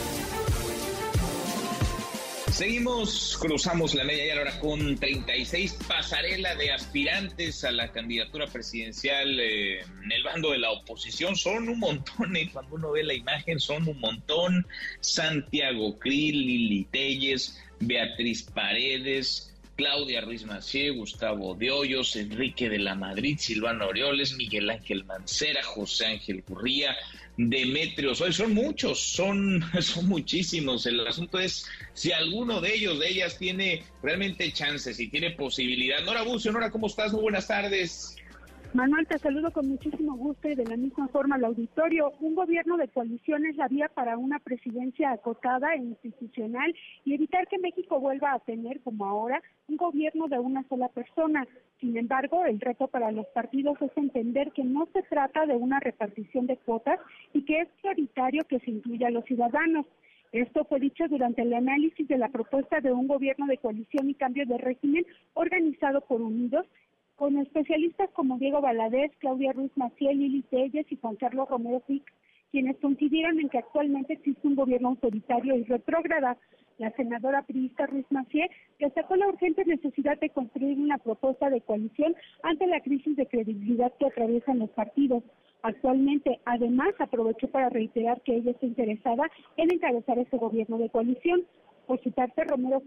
Seguimos, cruzamos la media ya, ahora con treinta y seis, pasarela de aspirantes a la candidatura presidencial eh, en el bando de la oposición. Son un montón, eh, cuando uno ve la imagen, son un montón. Santiago Krill, Lili Telles, Beatriz Paredes, Claudia Ruiz Massieu, Gustavo de Hoyos, Enrique de la Madrid, Silvano Aureoles, Miguel Ángel Mancera, José Ángel Gurría, Demetrio Soy. Son muchos, son, son muchísimos. El asunto es si alguno de ellos, de ellas, tiene realmente chances y tiene posibilidad. Nora Bucio, Nora, ¿cómo estás? Muy buenas tardes. Manuel, te saludo con muchísimo gusto y de la misma forma al auditorio. Un gobierno de coalición es la vía para una presidencia acotada e institucional y evitar que México vuelva a tener, como ahora, un gobierno de una sola persona. Sin embargo, el reto para los partidos es entender que no se trata de una repartición de cuotas y que es prioritario que se incluya a los ciudadanos. Esto fue dicho durante el análisis de la propuesta de un gobierno de coalición y cambio de régimen organizado por Unidos, con especialistas como Diego Valadez, Claudia Ruiz Massieu, Lili Telles y Juan Carlos Romero Hicks, quienes coincidieron en que actualmente existe un gobierno autoritario y retrógrada. La senadora priista Ruiz Massieu destacó la urgente necesidad de construir una propuesta de coalición ante la crisis de credibilidad que atraviesan los partidos. Actualmente, además, aprovechó para reiterar que ella está interesada en encabezar ese gobierno de coalición. Por su parte, Romero Hicks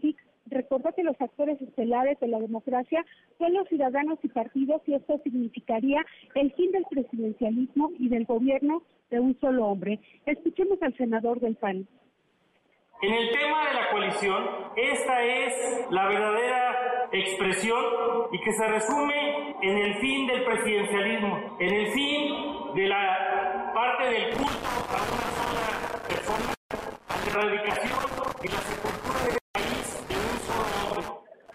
recordó que los actores estelares de la democracia son los ciudadanos y partidos y esto significaría el fin del presidencialismo y del gobierno de un solo hombre. Escuchemos al senador del P A N. En el tema de la coalición, esta es la verdadera expresión y que se resume en el fin del presidencialismo, en el fin de la parte del culto a una sola persona, a la erradicación y la sepultura del país de un solo hombre.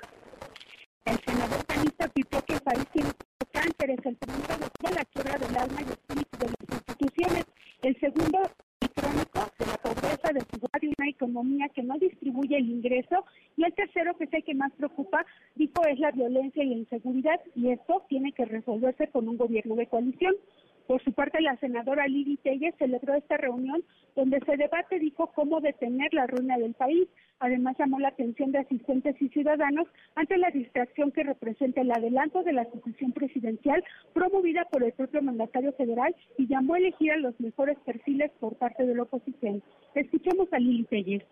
El senador panista afirmó que el país tiene cáncer, es el primero de toda la quiebra del alma y espíritu de las instituciones, el segundo crónico de la pobreza, desigualdad y una economía que no distribuye el ingreso, y el tercero, que es el que más preocupa, dijo, es la violencia y la inseguridad, y esto tiene que resolverse con un gobierno de coalición. Por su parte, la senadora Lili Telles celebró esta reunión donde se debate, dijo, cómo detener la ruina del país. Además, llamó la atención de asistentes y ciudadanos ante la distracción que representa el adelanto de la sucesión presidencial promovida por el propio mandatario federal y llamó a elegir a los mejores perfiles por parte de la oposición. Escuchemos a Lili Telles.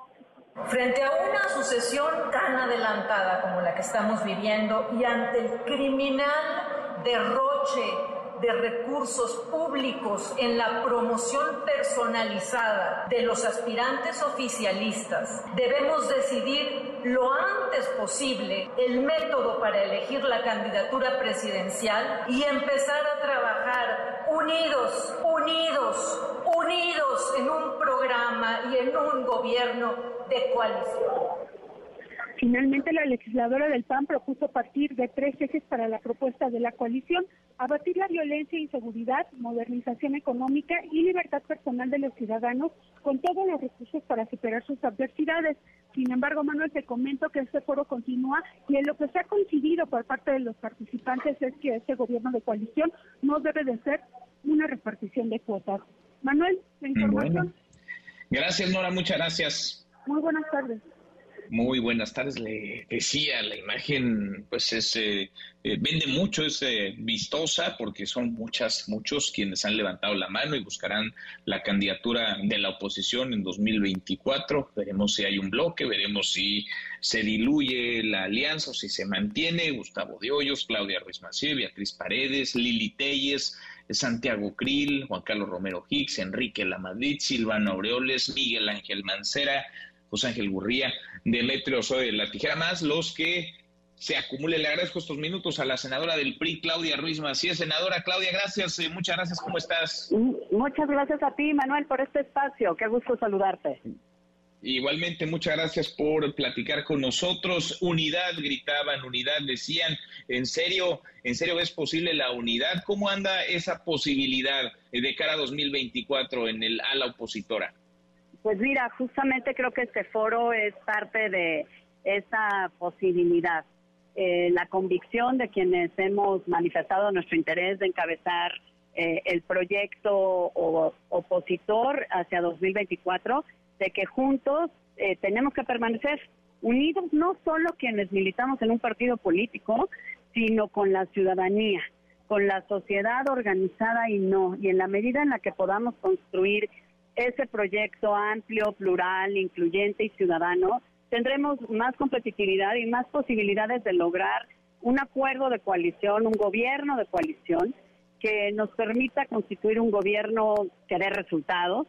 Frente a una sucesión tan adelantada como la que estamos viviendo y ante el criminal derroche de recursos públicos en la promoción personalizada de los aspirantes oficialistas, debemos decidir lo antes posible el método para elegir la candidatura presidencial y empezar a trabajar unidos, unidos, unidos en un programa y en un gobierno de coalición. Finalmente, la legisladora del P A N propuso partir de tres ejes para la propuesta de la coalición: abatir la violencia e inseguridad, modernización económica y libertad personal de los ciudadanos con todos los recursos para superar sus adversidades. Sin embargo, Manuel, te comento que este foro continúa y en lo que se ha coincidido por parte de los participantes es que este gobierno de coalición no debe de ser una repartición de cuotas. Manuel, la información. Bueno. Gracias, Nora, muchas gracias. Muy buenas tardes. Muy buenas tardes, le decía, la imagen pues es eh, eh, vende mucho, es eh, vistosa porque son muchas, muchos quienes han levantado la mano y buscarán la candidatura de la oposición en dos mil veinticuatro. Veremos si hay un bloque, veremos si se diluye la alianza o si se mantiene. Gustavo de Hoyos, Claudia Ruiz Massieu, Beatriz Paredes, Lili Telles, Santiago Krill, Juan Carlos Romero Hicks, Enrique Lamadrid, Silvano Aureoles, Miguel Ángel Mancera, José Ángel Gurría, Demetrio Osorio de la Tijera, más los que se acumulen. Le agradezco estos minutos a la senadora del P R I, Claudia Ruiz Massieu. Senadora Claudia, gracias, eh, muchas gracias, ¿cómo estás? Muchas gracias a ti, Manuel, por este espacio, qué gusto saludarte. Igualmente, muchas gracias por platicar con nosotros. Unidad, gritaban, unidad, decían. ¿En serio, en serio es posible la unidad? ¿Cómo anda esa posibilidad de cara a dos mil veinticuatro en el ala opositora? Pues mira, justamente creo que este foro es parte de esa posibilidad. Eh, la convicción de quienes hemos manifestado nuestro interés de encabezar eh, el proyecto o, opositor hacia dos mil veinticuatro, de que juntos eh, tenemos que permanecer unidos, no solo quienes militamos en un partido político, sino con la ciudadanía, con la sociedad organizada y no. Y en la medida en la que podamos construir ese proyecto amplio, plural, incluyente y ciudadano, tendremos más competitividad y más posibilidades de lograr un acuerdo de coalición, un gobierno de coalición que nos permita constituir un gobierno que dé resultados,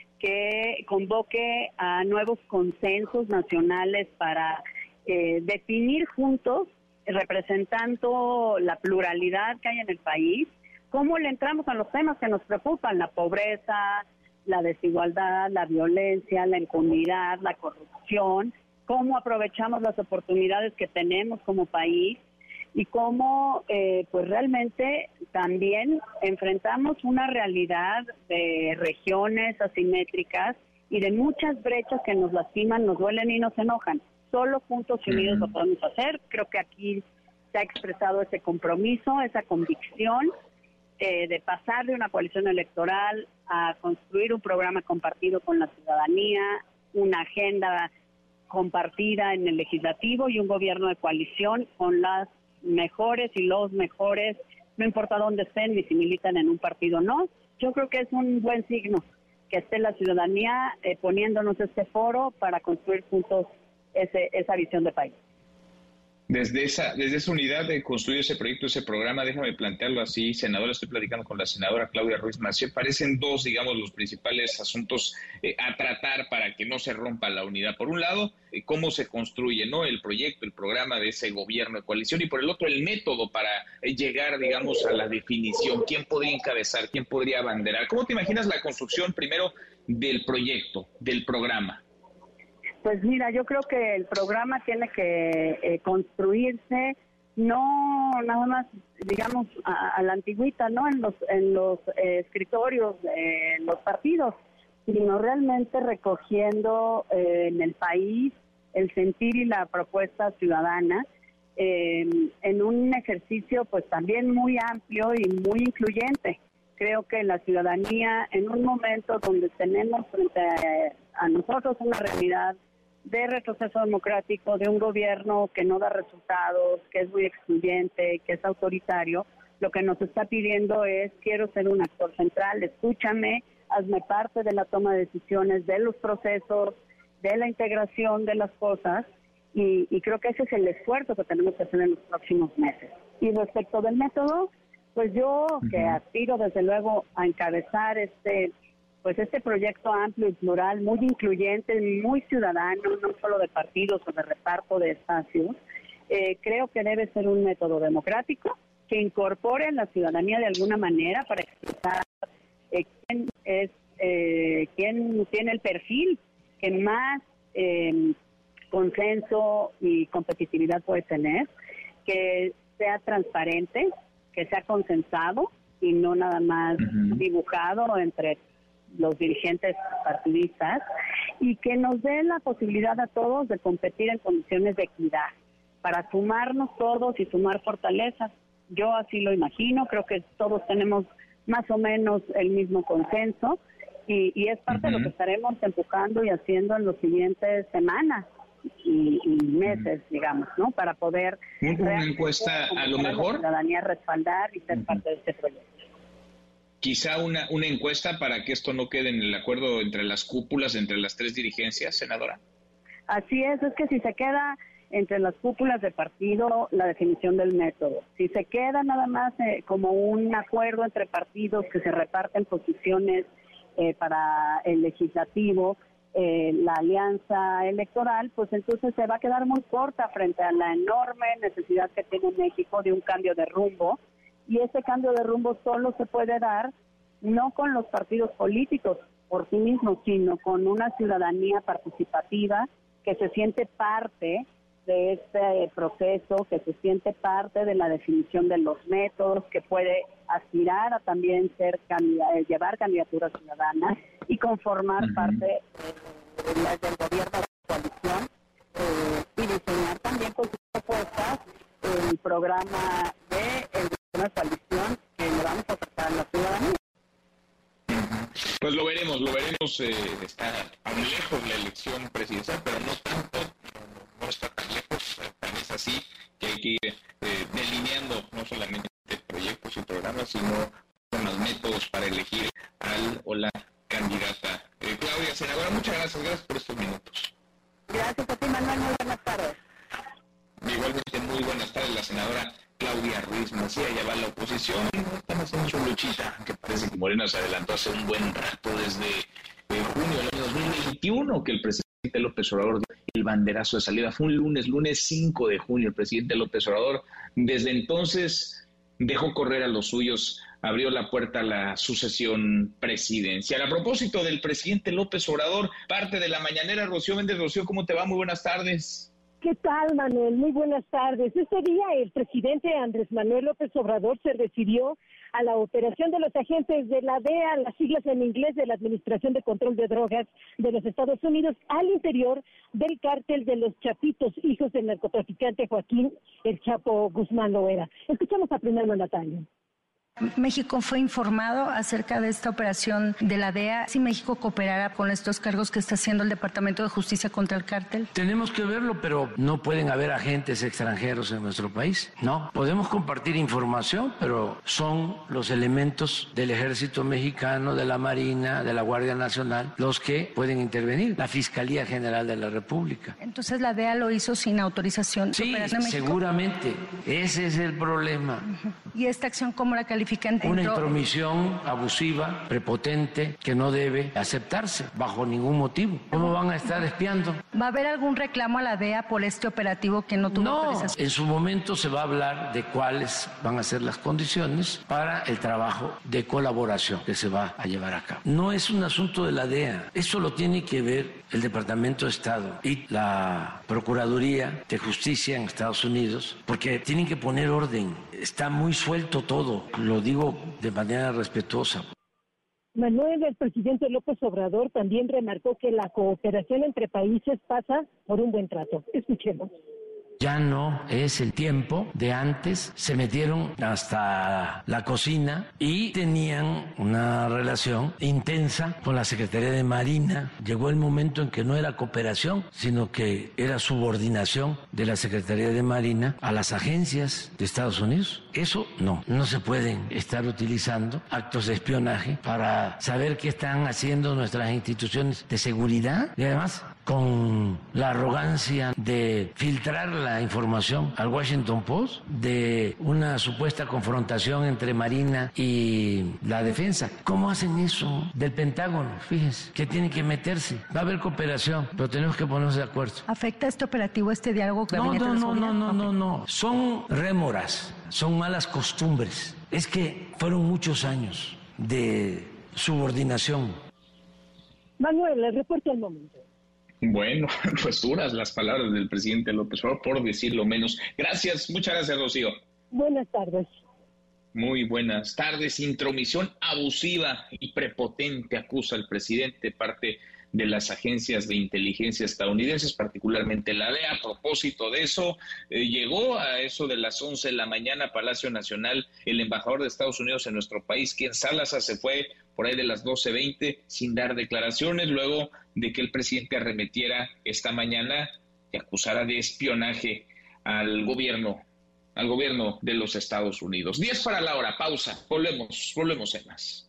que convoque a nuevos consensos nacionales para eh, definir juntos, representando la pluralidad que hay en el país, cómo le entramos a los temas que nos preocupan: la pobreza, la desigualdad, la violencia, la impunidad, la corrupción, cómo aprovechamos las oportunidades que tenemos como país y cómo eh, pues realmente también enfrentamos una realidad de regiones asimétricas y de muchas brechas que nos lastiman, nos duelen y nos enojan. Solo juntos y unidos lo podemos hacer. Creo que aquí se ha expresado ese compromiso, esa convicción eh, de pasar de una coalición electoral a construir un programa compartido con la ciudadanía, una agenda compartida en el legislativo y un gobierno de coalición con las mejores y los mejores, no importa dónde estén ni si militan en un partido o no. Yo creo que es un buen signo que esté la ciudadanía eh, poniéndonos este foro para construir juntos ese, esa visión de país. Desde esa, desde esa unidad de construir ese proyecto, ese programa, déjame plantearlo así, senadora, estoy platicando con la senadora Claudia Ruiz Massieu, parecen dos, digamos, los principales asuntos eh, a tratar para que no se rompa la unidad. Por un lado, eh, cómo se construye, ¿no?, el proyecto, el programa de ese gobierno de coalición, y por el otro, el método para eh, llegar, digamos, a la definición, quién podría encabezar, quién podría abanderar. ¿Cómo te imaginas la construcción primero del proyecto, del programa? Pues mira, yo creo que el programa tiene que eh, construirse no nada más, digamos, a, a la antigüita, ¿no? En los en los eh, escritorios de los partidos, sino realmente recogiendo eh, en el país el sentir y la propuesta ciudadana eh, en un ejercicio pues también muy amplio y muy incluyente. Creo que la ciudadanía, en un momento donde tenemos frente a, a nosotros una realidad de retroceso democrático, de un gobierno que no da resultados, que es muy excluyente, que es autoritario, lo que nos está pidiendo es: quiero ser un actor central, escúchame, hazme parte de la toma de decisiones, de los procesos, de la integración de las cosas, y, y creo que ese es el esfuerzo que tenemos que hacer en los próximos meses. Y respecto del método, pues yo uh-huh. que aspiro desde luego a encabezar este pues este proyecto amplio y plural, muy incluyente, muy ciudadano, no solo de partidos o de reparto de espacios, eh, creo que debe ser un método democrático que incorpore a la ciudadanía de alguna manera para expresar eh, quién es, eh, quién tiene el perfil que más eh, consenso y competitividad puede tener, que sea transparente, que sea consensado y no nada más uh-huh. dibujado entre los dirigentes partidistas, y que nos dé la posibilidad a todos de competir en condiciones de equidad, para sumarnos todos y sumar fortalezas. Yo así lo imagino, creo que todos tenemos más o menos el mismo consenso, y, y es parte uh-huh. de lo que estaremos empujando y haciendo en las siguientes semanas y, y meses, uh-huh. digamos, ¿no? Para poder una encuesta a lo mejor, la ciudadanía respaldar y ser uh-huh. parte de este proyecto. Quizá una, una encuesta para que esto no quede en el acuerdo entre las cúpulas, entre las tres dirigencias, senadora. Así es, es que si se queda entre las cúpulas de partido la definición del método, si se queda nada más eh, como un acuerdo entre partidos que se reparten posiciones eh, para el legislativo, eh, la alianza electoral, pues entonces se va a quedar muy corta frente a la enorme necesidad que tiene México de un cambio de rumbo. Y ese cambio de rumbo solo se puede dar no con los partidos políticos por sí mismos, sino con una ciudadanía participativa que se siente parte de este proceso, que se siente parte de la definición de los métodos, que puede aspirar a también ser candid- llevar candidaturas ciudadanas y conformar uh-huh. parte eh, del gobierno de coalición eh, y diseñar también con sus propuestas el programa de el una coalición que le vamos a ofertar a la ciudadanía. Pues lo veremos, lo veremos. Eh, está aún lejos la elección presidencial, pero no tanto, no, no está tan lejos, tal vez así, que hay que ir eh, delineando no solamente proyectos y programas, sino con los métodos para elegir al o la candidata. Eh, Claudia, senadora, muchas gracias, gracias por estos minutos. Gracias a ti, Manuel, muy buenas tardes. Igualmente, muy buenas tardes, la senadora Claudia Ruiz Massieu. Ya va la oposición, están haciendo su luchita, que parece que Morena se adelantó hace un buen rato, desde eh, junio del año dos mil veintiuno, que el presidente López Obrador dio el banderazo de salida. Fue un lunes, lunes cinco de junio, el presidente López Obrador, desde entonces dejó correr a los suyos, abrió la puerta a la sucesión presidencial. A propósito del presidente López Obrador, parte de la mañanera, Rocío Méndez. Rocío, ¿cómo te va? Muy buenas tardes. ¿Qué tal, Manuel? Muy buenas tardes. Este día el presidente Andrés Manuel López Obrador se refirió a la operación de los agentes de la D E A, las siglas en inglés de la Administración de Control de Drogas de los Estados Unidos, al interior del cártel de los Chapitos, hijos del narcotraficante Joaquín El Chapo Guzmán Loera. Escuchamos a primero Natalia. México fue informado acerca de esta operación de la D E A. ¿Si México cooperará con estos cargos que está haciendo el Departamento de Justicia contra el cártel? Tenemos que verlo, pero no pueden haber agentes extranjeros en nuestro país. No, podemos compartir información, pero son los elementos del Ejército Mexicano, de la Marina, de la Guardia Nacional, los que pueden intervenir. La Fiscalía General de la República. Entonces la D E A lo hizo sin autorización. Sí, seguramente. Ese es el problema. Uh-huh. ¿Y esta acción cómo la califican? Una intromisión abusiva, prepotente, que no debe aceptarse bajo ningún motivo. ¿Cómo van a estar espiando? ¿Va a haber algún reclamo a la D E A por este operativo que no tuvo no, autorización? En su momento se va a hablar de cuáles van a ser las condiciones para el trabajo de colaboración que se va a llevar a cabo. No es un asunto de la D E A. Eso lo tiene que ver el Departamento de Estado y la Procuraduría de Justicia en Estados Unidos, porque tienen que poner orden. Está muy suelto todo, lo digo de manera respetuosa. Manuel, el presidente López Obrador también remarcó que la cooperación entre países pasa por un buen trato. Escuchemos. Ya no es el tiempo de antes, se metieron hasta la cocina y tenían una relación intensa con la Secretaría de Marina. Llegó el momento en que no era cooperación, sino que era subordinación de la Secretaría de Marina a las agencias de Estados Unidos. Eso no, no se pueden estar utilizando actos de espionaje para saber qué están haciendo nuestras instituciones de seguridad y además con la arrogancia de filtrar la información al Washington Post de una supuesta confrontación entre Marina y la defensa. ¿Cómo hacen eso del Pentágono? Fíjense, que tienen que meterse. Va a haber cooperación, pero tenemos que ponernos de acuerdo. ¿Afecta este operativo, este diálogo? No, no, no, no, no, no, no. Son rémoras, son malas costumbres. Es que fueron muchos años de subordinación. Manuel, el reporte al momento. Bueno, pues duras las palabras del presidente López Obrador, por decirlo menos. Gracias, muchas gracias, Rocío. Buenas tardes. Muy buenas tardes. Intromisión abusiva y prepotente acusa el presidente parte de las agencias de inteligencia estadounidenses, particularmente la D E A. A propósito de eso, eh, llegó a eso de las once de la mañana a Palacio Nacional el embajador de Estados Unidos en nuestro país, Ken Salazar, se fue por ahí de las doce veinte sin dar declaraciones, luego de que el presidente arremetiera esta mañana y acusara de espionaje al gobierno, al gobierno de los Estados Unidos. diez para la hora, pausa, volvemos, volvemos en más.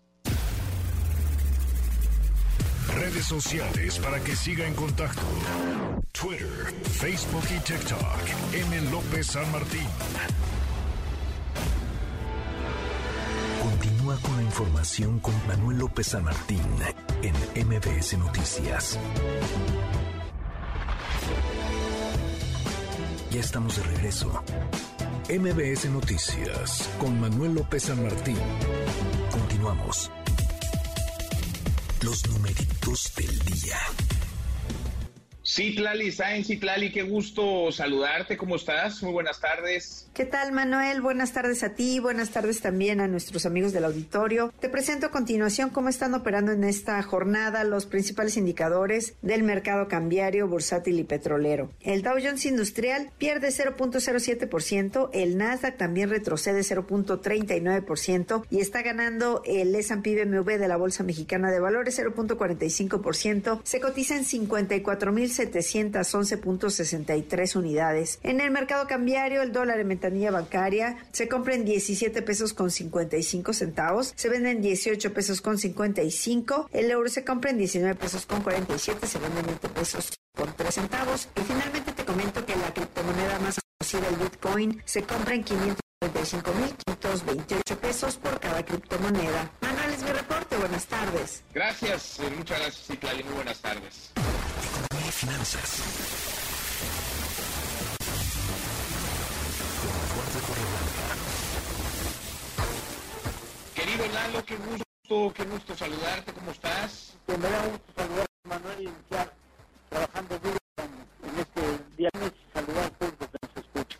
Redes sociales para que siga en contacto: Twitter, Facebook y TikTok. M. López San Martín. Continúa con la información con Manuel López San Martín en M B S Noticias. Ya estamos de regreso. M B S Noticias con Manuel López San Martín. Continuamos. Los numeritos del día. Citlali Sáenz, Citlali, qué gusto saludarte, ¿cómo estás? Muy buenas tardes. ¿Qué tal, Manuel? Buenas tardes a ti, buenas tardes también a nuestros amigos del auditorio. Te presento a continuación cómo están operando en esta jornada los principales indicadores del mercado cambiario, bursátil y petrolero. El Dow Jones Industrial pierde cero punto cero siete por ciento, el Nasdaq también retrocede cero punto treinta y nueve por ciento y está ganando el S and P B M W de la Bolsa Mexicana de Valores cero punto cuarenta y cinco por ciento, se cotiza en cincuenta y cuatro mil setecientos once punto sesenta y tres unidades. En el mercado cambiario, el dólar en ventanilla bancaria se compra en diecisiete pesos con cincuenta y cinco centavos, se vende en dieciocho pesos con cincuenta y cinco, el euro se compra en diecinueve pesos con cuarenta y siete, se vende en veinte pesos con tres centavos. Y finalmente te comento que la criptomoneda más conocida, el Bitcoin, se compra en quinientos noventa y cinco mil quinientos veintiocho pesos por cada criptomoneda. Manuel, es mi reporte. Buenas tardes. Gracias, muchas gracias, Citlali. Muy buenas tardes. Economía y finanzas. Querido Lalo, qué gusto, qué gusto saludarte, ¿cómo estás? Me da gusto saludar a Manuel y iniciar trabajando duro en, en este viernes y saludar al público que nos escucha.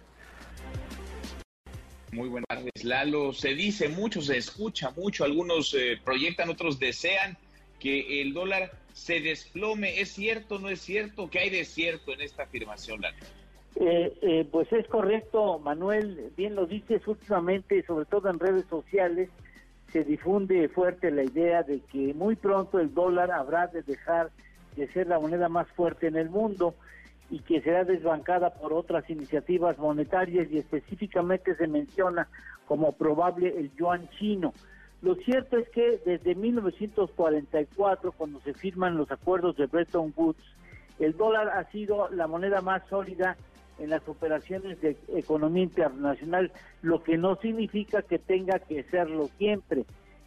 Muy buenas tardes, Lalo. Se dice mucho, se escucha mucho, algunos eh, proyectan, otros desean que el dólar se desplome. ¿Es cierto o no es cierto? ¿Qué hay de cierto en esta afirmación, Lalo? Eh, eh, pues es correcto, Manuel, bien lo dices. Últimamente, sobre todo en redes sociales, se difunde fuerte la idea de que muy pronto el dólar habrá de dejar de ser la moneda más fuerte en el mundo y que será desbancada por otras iniciativas monetarias, y específicamente se menciona como probable el yuan chino. Lo cierto es que desde mil novecientos cuarenta y cuatro, cuando se firman los acuerdos de Bretton Woods, el dólar ha sido la moneda más sólida en las operaciones de economía internacional, lo que no significa que tenga que serlo siempre.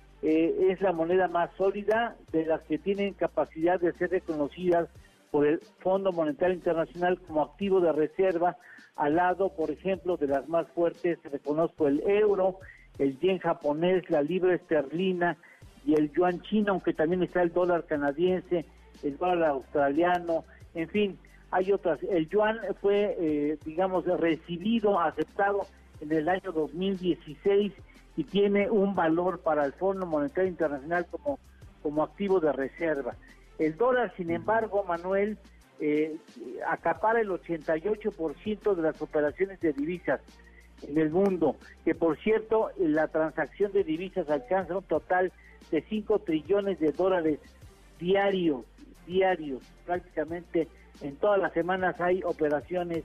Eh, es la moneda más sólida de las que tienen capacidad de ser reconocidas por el Fondo Monetario Internacional como activo de reserva, al lado, por ejemplo, de las más fuertes. Reconozco el euro, el yen japonés, la libra esterlina y el yuan chino, aunque también está el dólar canadiense, el dólar australiano, en fin, hay otras. El yuan fue, eh, digamos, recibido, aceptado en el año dos mil dieciséis y tiene un valor para el Fondo Monetario Internacional como, como activo de reserva. El dólar, sin embargo, Manuel, eh, acapara el ochenta y ocho por ciento de las operaciones de divisas en el mundo, que por cierto, la transacción de divisas alcanza un total de cinco trillones de dólares diarios, diarios, prácticamente en todas las semanas hay operaciones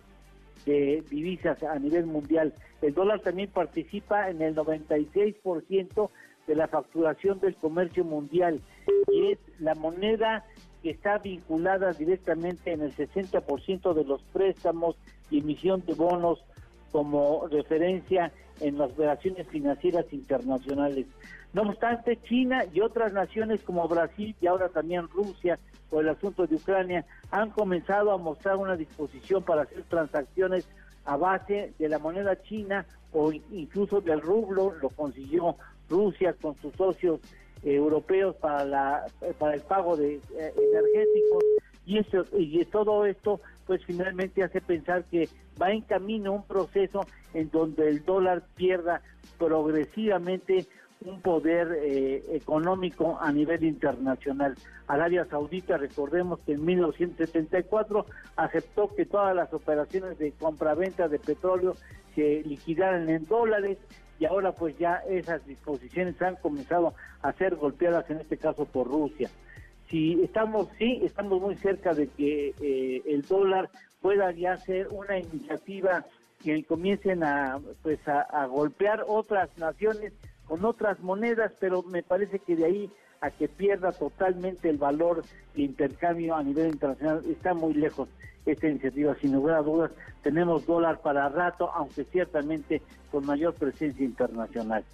de divisas a nivel mundial. El dólar también participa en el noventa y seis por ciento de la facturación del comercio mundial y es la moneda que está vinculada directamente en el sesenta por ciento de los préstamos y emisión de bonos como referencia en las operaciones financieras internacionales. No obstante, China y otras naciones como Brasil y ahora también Rusia, por el asunto de Ucrania, han comenzado a mostrar una disposición para hacer transacciones a base de la moneda china o incluso del rublo. Lo consiguió Rusia con sus socios eh, europeos para la para el pago de eh, energéticos, y eso y todo esto pues finalmente hace pensar que va en camino un proceso en donde el dólar pierda progresivamente un poder eh, económico a nivel internacional. Arabia Saudita, recordemos que en mil novecientos setenta y cuatro aceptó que todas las operaciones de compraventa de petróleo se liquidaran en dólares, y ahora pues ya esas disposiciones han comenzado a ser golpeadas, en este caso por Rusia. Si estamos, sí, estamos muy cerca de que eh, el dólar pueda ya ser una iniciativa que comiencen a pues a, a golpear otras naciones con otras monedas, pero me parece que de ahí a que pierda totalmente el valor de intercambio a nivel internacional está muy lejos esta iniciativa. Sin lugar a dudas, tenemos dólar para rato, aunque ciertamente con mayor presencia internacional.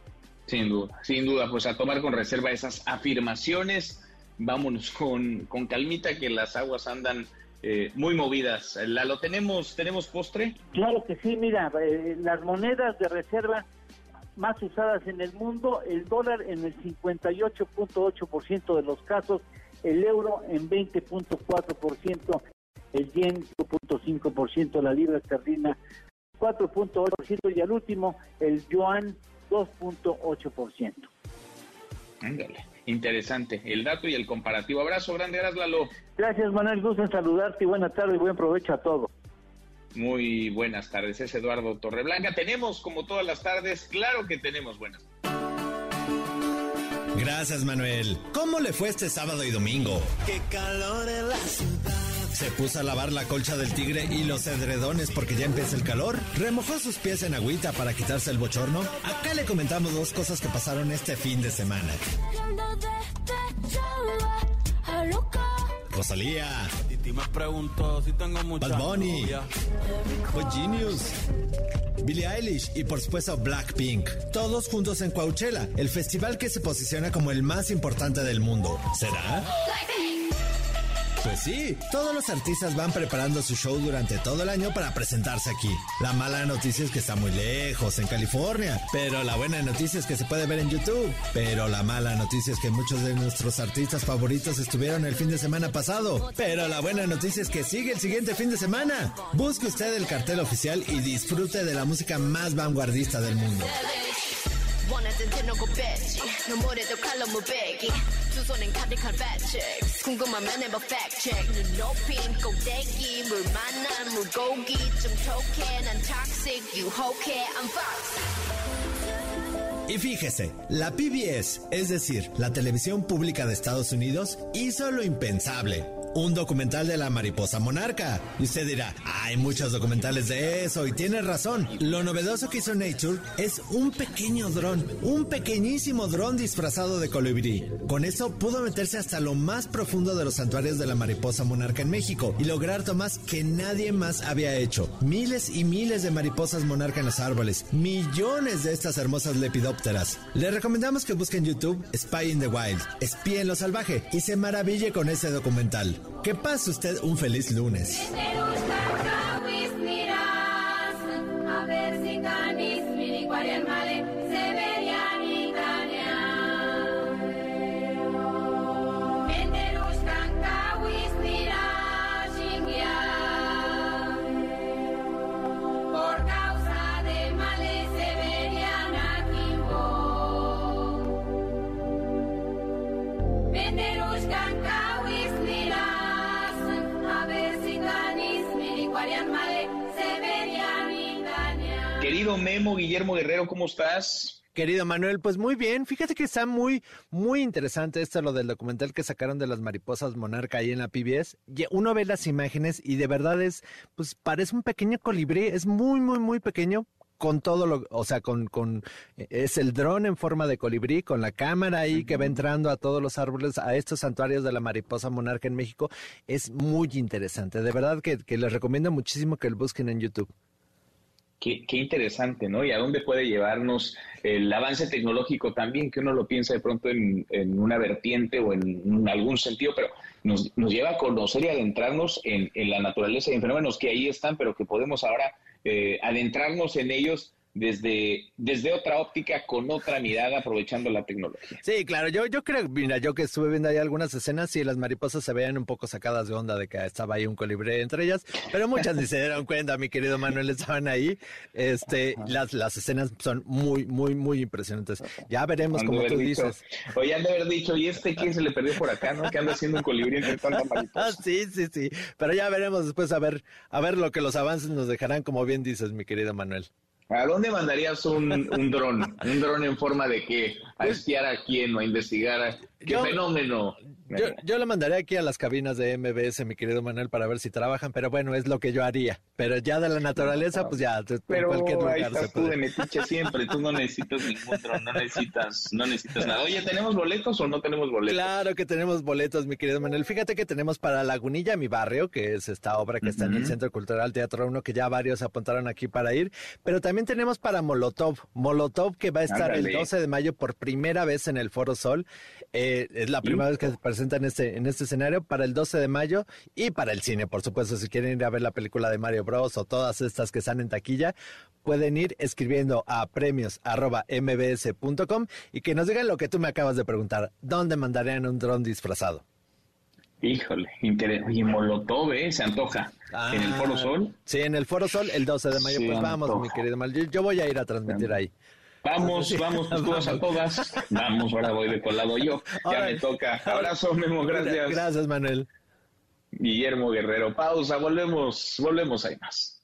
Sin duda, sin duda, pues a tomar con reserva esas afirmaciones. Vámonos con, con calmita, que las aguas andan eh, muy movidas. Lalo, ¿tenemos, ¿tenemos postre? Claro que sí, mira, eh, las monedas de reserva más usadas en el mundo, el dólar en el cincuenta y ocho punto ocho por ciento de los casos, el euro en veinte punto cuatro por ciento, el yen cinco punto cinco por ciento, la libra esterlina cuatro punto ocho por ciento y al último el yuan dos punto ocho por ciento. Ándale, interesante el dato y el comparativo. Abrazo grande, gracias Lalo. Gracias Manuel, gusto en saludarte y buena tarde y buen provecho a todos. Muy buenas tardes, es Eduardo Torreblanca. Tenemos, como todas las tardes, claro que tenemos buenas. Gracias, Manuel. ¿Cómo le fue este sábado y domingo? ¡Qué calor en la ciudad! ¿Se puso a lavar la colcha del tigre y los edredones porque ya empieza el calor? ¿Remojó sus pies en agüita para quitarse el bochorno? Acá le comentamos dos cosas que pasaron este fin de semana. Rosalía, me preguntó si tengo mucha Bad Bunny, Boy Genius, Billie Eilish y por supuesto Blackpink, todos juntos en Coachella, el festival que se posiciona como el más importante del mundo. ¿Será? Pues sí, todos los artistas van preparando su show durante todo el año para presentarse aquí. La mala noticia es que está muy lejos, en California, pero la buena noticia es que se puede ver en YouTube. Pero la mala noticia es que muchos de nuestros artistas favoritos estuvieron el fin de semana pasado. Pero la buena noticia es que sigue el siguiente fin de semana. Busque usted el cartel oficial y disfrute de la música más vanguardista del mundo. 원하던 놓고 뺐지 너무래도 칼로 무배기 두 손엔 가득한 fat checks 궁금하면 해봐 fact check 눈 높인 꼭대기 물 만난 물고기 좀 톡해 난 toxic 유혹해 I'm fox. Y fíjese, la P B S, es decir, la televisión pública de Estados Unidos, hizo lo impensable. Un documental de la mariposa monarca. Y usted dirá, hay muchos documentales de eso, y tiene razón. Lo novedoso que hizo Nature es un pequeño dron, un pequeñísimo dron disfrazado de colibrí. Con eso pudo meterse hasta lo más profundo de los santuarios de la mariposa monarca en México y lograr tomas que nadie más había hecho. Miles y miles de mariposas monarca en los árboles, millones de estas hermosas lepidópteras. Le recomendamos que busque en YouTube Spy in the Wild, Espía en lo salvaje, y se maraville con ese documental. Que pase usted un feliz lunes. Querido Memo, Guillermo Guerrero, ¿cómo estás? Querido Manuel, pues muy bien. Fíjate que está muy, muy interesante esto, lo del documental que sacaron de las mariposas monarca ahí en la P B S. Uno ve las imágenes y de verdad es, pues parece un pequeño colibrí, es muy, muy, muy pequeño. Con todo lo, o sea, con, con, es el dron en forma de colibrí, con la cámara ahí que va entrando a todos los árboles, a estos santuarios de la mariposa monarca en México. Es muy interesante. De verdad que, que les recomiendo muchísimo que lo busquen en YouTube. Qué, qué interesante, ¿no? Y a dónde puede llevarnos el avance tecnológico también, que uno lo piensa de pronto en, en una vertiente o en, en algún sentido, pero nos, nos lleva a conocer y adentrarnos en, en la naturaleza y en fenómenos que ahí están, pero que podemos ahora eh, adentrarnos en ellos desde, desde otra óptica, con otra mirada, aprovechando la tecnología. Sí, claro, yo, yo creo, mira, yo que estuve viendo ahí algunas escenas y las mariposas se veían un poco sacadas de onda de que estaba ahí un colibrí entre ellas, pero muchas ni se dieron cuenta, mi querido Manuel, estaban ahí. Este, las, las escenas son muy, muy, muy impresionantes. Ya veremos, como tú dicho, dices. Oye, han de haber dicho, ¿y este quién se le perdió por acá, no? Que anda haciendo un colibrí entre tanta mariposa. Sí, sí, sí, pero ya veremos después a ver, a ver lo que los avances nos dejarán, como bien dices, mi querido Manuel. ¿A dónde mandarías un, un dron? ¿Un dron en forma de qué? ¿A espiar a quién o a investigar a qué yo, fenómeno? Yo, yo lo mandaré aquí a las cabinas de M B S, mi querido Manuel, para ver si trabajan, pero bueno, es lo que yo haría. Pero ya de la naturaleza, pues ya, pero en cualquier lugar ahí estás se puede. Tú de metiche siempre, tú no necesitas ningún dron, no necesitas, no necesitas nada. Oye, ¿tenemos boletos o no tenemos boletos? Claro que tenemos boletos, mi querido Manuel. Fíjate que tenemos para Lagunilla, mi barrio, que es esta obra que uh-huh. está en el Centro Cultural Teatro uno, que ya varios apuntaron aquí para ir, pero también tenemos para Molotov, Molotov que va a estar Ándale. el doce de mayo por primera vez en el Foro Sol. Eh, es la primera ¿Sí? vez que se presenta en este, en este escenario, para el doce de mayo, y para el cine, por supuesto. Si quieren ir a ver la película de Mario Bros o todas estas que están en taquilla, pueden ir escribiendo a premios arroba m b s punto com y que nos digan lo que tú me acabas de preguntar: ¿dónde mandarían un dron disfrazado? Híjole, interesante. Oye, Molotov, ¿eh? Se antoja. Ah, ¿en el Foro Sol? Sí, en el Foro Sol, el doce de mayo. Se pues vamos, antoja. mi querido Mal. Yo, yo voy a ir a transmitir ahí. Vamos, sí. vamos, pues todas a todas. Vamos, ahora voy de colado yo. Ya ahora, me toca. Abrazo, Memo, gracias. Gracias, Manuel. Guillermo Guerrero. Pausa, volvemos, volvemos, hay más.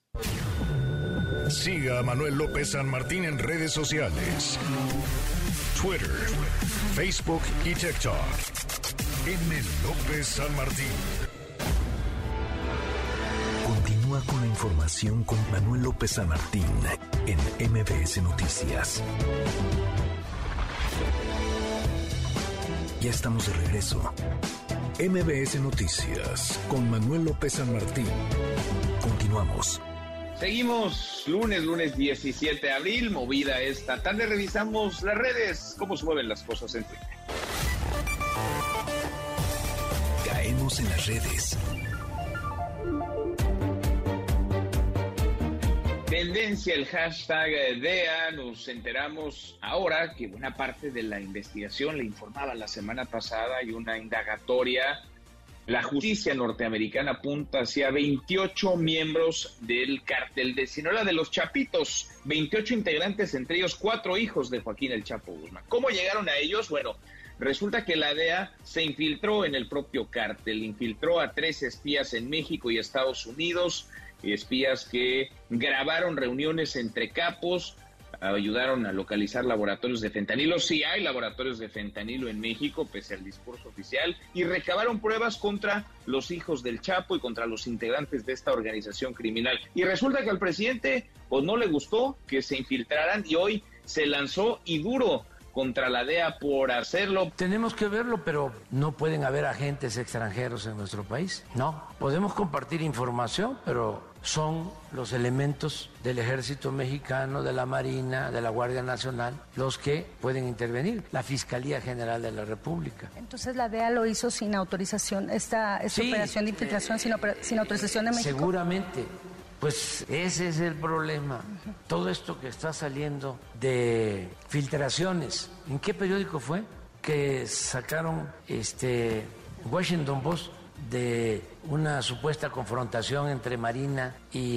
Siga a Manuel López San Martín en redes sociales. Twitter, Facebook y TikTok. M. López San Martín. Continúa con la información con Manuel López San Martín en M B S Noticias. Ya estamos de regreso. M B S Noticias con Manuel López San Martín. Continuamos. Seguimos, lunes, lunes diecisiete de abril, movida esta tarde. Revisamos las redes, cómo se mueven las cosas en Twitter. Caemos en las redes. Tendencia, el hashtag D E A. Nos enteramos ahora que buena parte de la investigación, le informaba la semana pasada, hay una indagatoria La justicia norteamericana apunta hacia veintiocho miembros del cártel de Sinaloa, de los Chapitos, veintiocho integrantes, entre ellos cuatro hijos de Joaquín El Chapo Guzmán. ¿Cómo llegaron a ellos? Bueno, resulta que la D E A se infiltró en el propio cártel, infiltró a tres espías en México y Estados Unidos, espías que grabaron reuniones entre capos, ayudaron a localizar laboratorios de fentanilo. Sí hay laboratorios de fentanilo en México, pese al discurso oficial, y recabaron pruebas contra los hijos del Chapo y contra los integrantes de esta organización criminal. Y resulta que al presidente pues no le gustó que se infiltraran y hoy se lanzó y duro contra la D E A por hacerlo. Tenemos que verlo, pero no pueden haber agentes extranjeros en nuestro país. No, podemos compartir información, pero son los elementos del Ejército Mexicano, de la Marina, de la Guardia Nacional, los que pueden intervenir, la Fiscalía General de la República. Entonces la D E A lo hizo sin autorización, esta, esta sí, operación de infiltración eh, sin, sin autorización de México. Seguramente. Pues ese es el problema. Uh-huh. Todo esto que está saliendo de filtraciones. ¿En qué periódico fue? Que sacaron este Washington Post de una supuesta confrontación entre Marina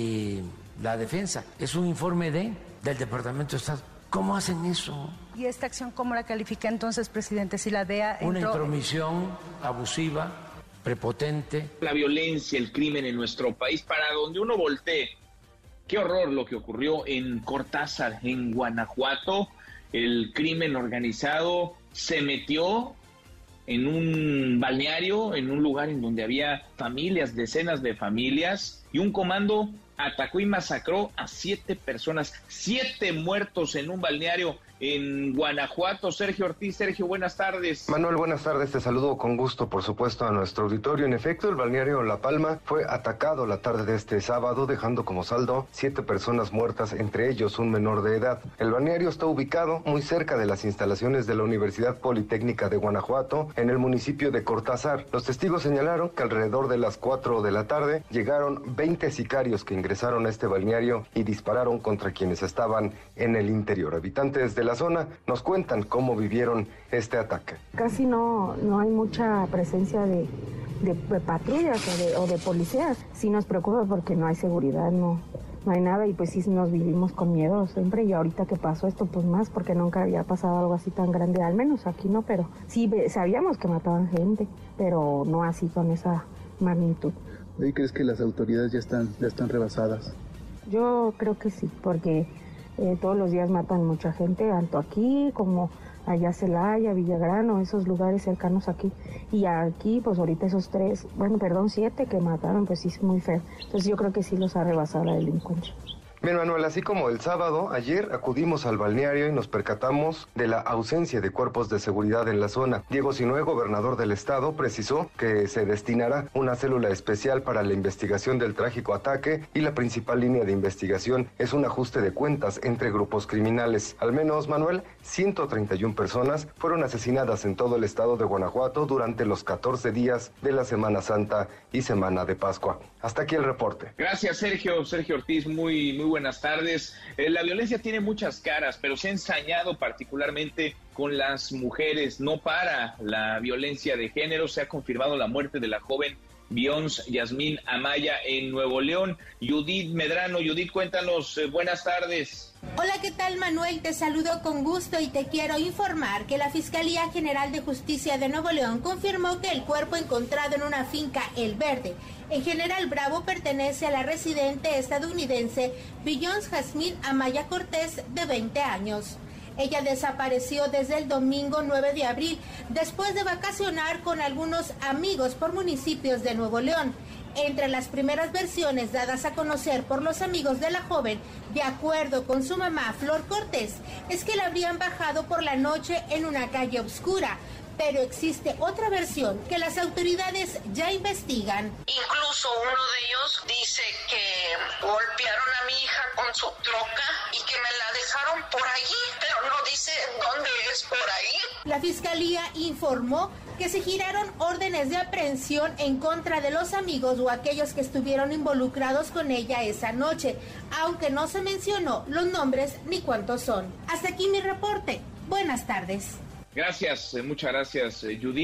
y la defensa. Es un informe de del Departamento de Estado. ¿Cómo hacen eso? ¿Y esta acción cómo la califica entonces, presidente? Si la D E A entró... Una intromisión abusiva, prepotente. La violencia, el crimen en nuestro país, para donde uno voltee. Qué horror lo que ocurrió en Cortázar, en Guanajuato. El crimen organizado se metió en un balneario, en un lugar en donde había familias, decenas de familias, y un comando atacó y masacró a siete personas, siete muertos en un balneario en Guanajuato. Sergio Ortiz. Sergio, buenas tardes. Manuel, buenas tardes, te saludo con gusto, por supuesto, a nuestro auditorio. En efecto, el balneario La Palma fue atacado la tarde de este sábado, dejando como saldo siete personas muertas, entre ellos un menor de edad. El balneario está ubicado muy cerca de las instalaciones de la Universidad Politécnica de Guanajuato, en el municipio de Cortázar. Los testigos señalaron que alrededor de las cuatro de la tarde llegaron veinte sicarios que ingresaron a este balneario y dispararon contra quienes estaban en el interior. Habitantes de la zona nos cuentan cómo vivieron este ataque. Casi no, no hay mucha presencia de, de, de patrullas o de, o de policías. Sí nos preocupa porque no hay seguridad, no, no hay nada, y pues sí nos vivimos con miedo siempre, y ahorita que pasó esto pues más, porque nunca había pasado algo así tan grande, al menos aquí no, pero sí sabíamos que mataban gente, pero no así con esa magnitud. ¿Y crees que las autoridades ya están, ya están rebasadas? Yo creo que sí, porque Eh, todos los días matan mucha gente, tanto aquí como allá Celaya, Villagrano, esos lugares cercanos aquí. Y aquí, pues ahorita esos tres, bueno, perdón, siete que mataron, pues sí es muy feo. Entonces yo creo que sí los ha rebasado la delincuencia. Bien, Manuel, así como el sábado, ayer acudimos al balneario y nos percatamos de la ausencia de cuerpos de seguridad en la zona. Diego Sinue, gobernador del estado, precisó que se destinará una célula especial para la investigación del trágico ataque, y la principal línea de investigación es un ajuste de cuentas entre grupos criminales. Al menos, Manuel, ciento treinta y una personas fueron asesinadas en todo el estado de Guanajuato durante los catorce días de la Semana Santa y Semana de Pascua. Hasta aquí el reporte. Gracias, Sergio. Sergio Ortiz, muy, muy buenas tardes. Eh, la violencia tiene muchas caras, pero se ha ensañado particularmente con las mujeres. No para la violencia de género. Se ha confirmado la muerte de la joven Beyoncé Yasmín Amaya en Nuevo León. Judith Medrano. Judith, cuéntanos. Eh, buenas tardes. Hola, ¿qué tal, Manuel? Te saludo con gusto y te quiero informar que la Fiscalía General de Justicia de Nuevo León confirmó que el cuerpo encontrado en una finca El Verde en General Bravo pertenece a la residente estadounidense Beyoncé Yasmín Amaya Cortés, de veinte años. Ella desapareció desde el domingo nueve de abril, después de vacacionar con algunos amigos por municipios de Nuevo León. Entre las primeras versiones dadas a conocer por los amigos de la joven, de acuerdo con su mamá Flor Cortés, es que la habrían bajado por la noche en una calle oscura. Pero existe otra versión que las autoridades ya investigan. Incluso uno de ellos dice que golpearon a mi hija con su troca y que me la dejaron por allí, pero no dice dónde es por ahí. La fiscalía informó que se giraron órdenes de aprehensión en contra de los amigos o aquellos que estuvieron involucrados con ella esa noche, aunque no se mencionó los nombres ni cuántos son. Hasta aquí mi reporte. Buenas tardes. Gracias, muchas gracias, Judith.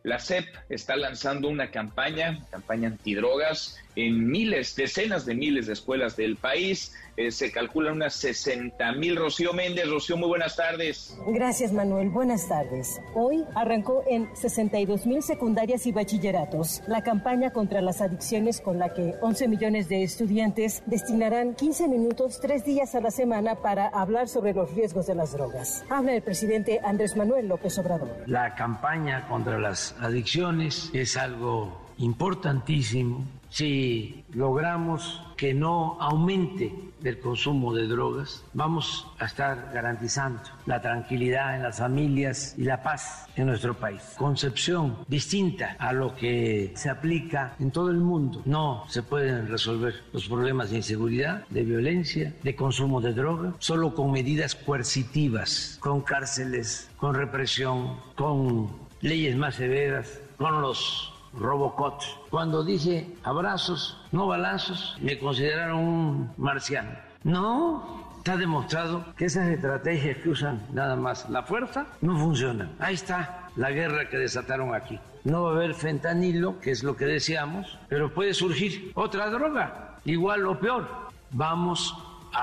La S E P está lanzando una campaña, campaña antidrogas, en miles, decenas de miles de escuelas del país. Eh, se calculan unas sesenta mil. Rocío Méndez. Rocío, muy buenas tardes. Gracias, Manuel. Buenas tardes. Hoy arrancó en sesenta y dos mil secundarias y bachilleratos la campaña contra las adicciones, con la que once millones de estudiantes destinarán quince minutos, tres días a la semana para hablar sobre los riesgos de las drogas. Habla el presidente Andrés Manuel López Obrador. La campaña contra las adicciones es algo importantísimo. Si logramos que no aumente el consumo de drogas, vamos a estar garantizando la tranquilidad en las familias y la paz en nuestro país. Concepción distinta a lo que se aplica en todo el mundo. No se pueden resolver los problemas de inseguridad, de violencia, de consumo de droga, solo con medidas coercitivas, con cárceles, con represión, con leyes más severas, con los Robocop. Cuando dije abrazos, no balazos, me consideraron un marciano. No, está demostrado que esas estrategias que usan nada más la fuerza no funcionan. Ahí está la guerra que desataron aquí. No va a haber fentanilo, que es lo que deseamos, pero puede surgir otra droga, igual o peor. Vamos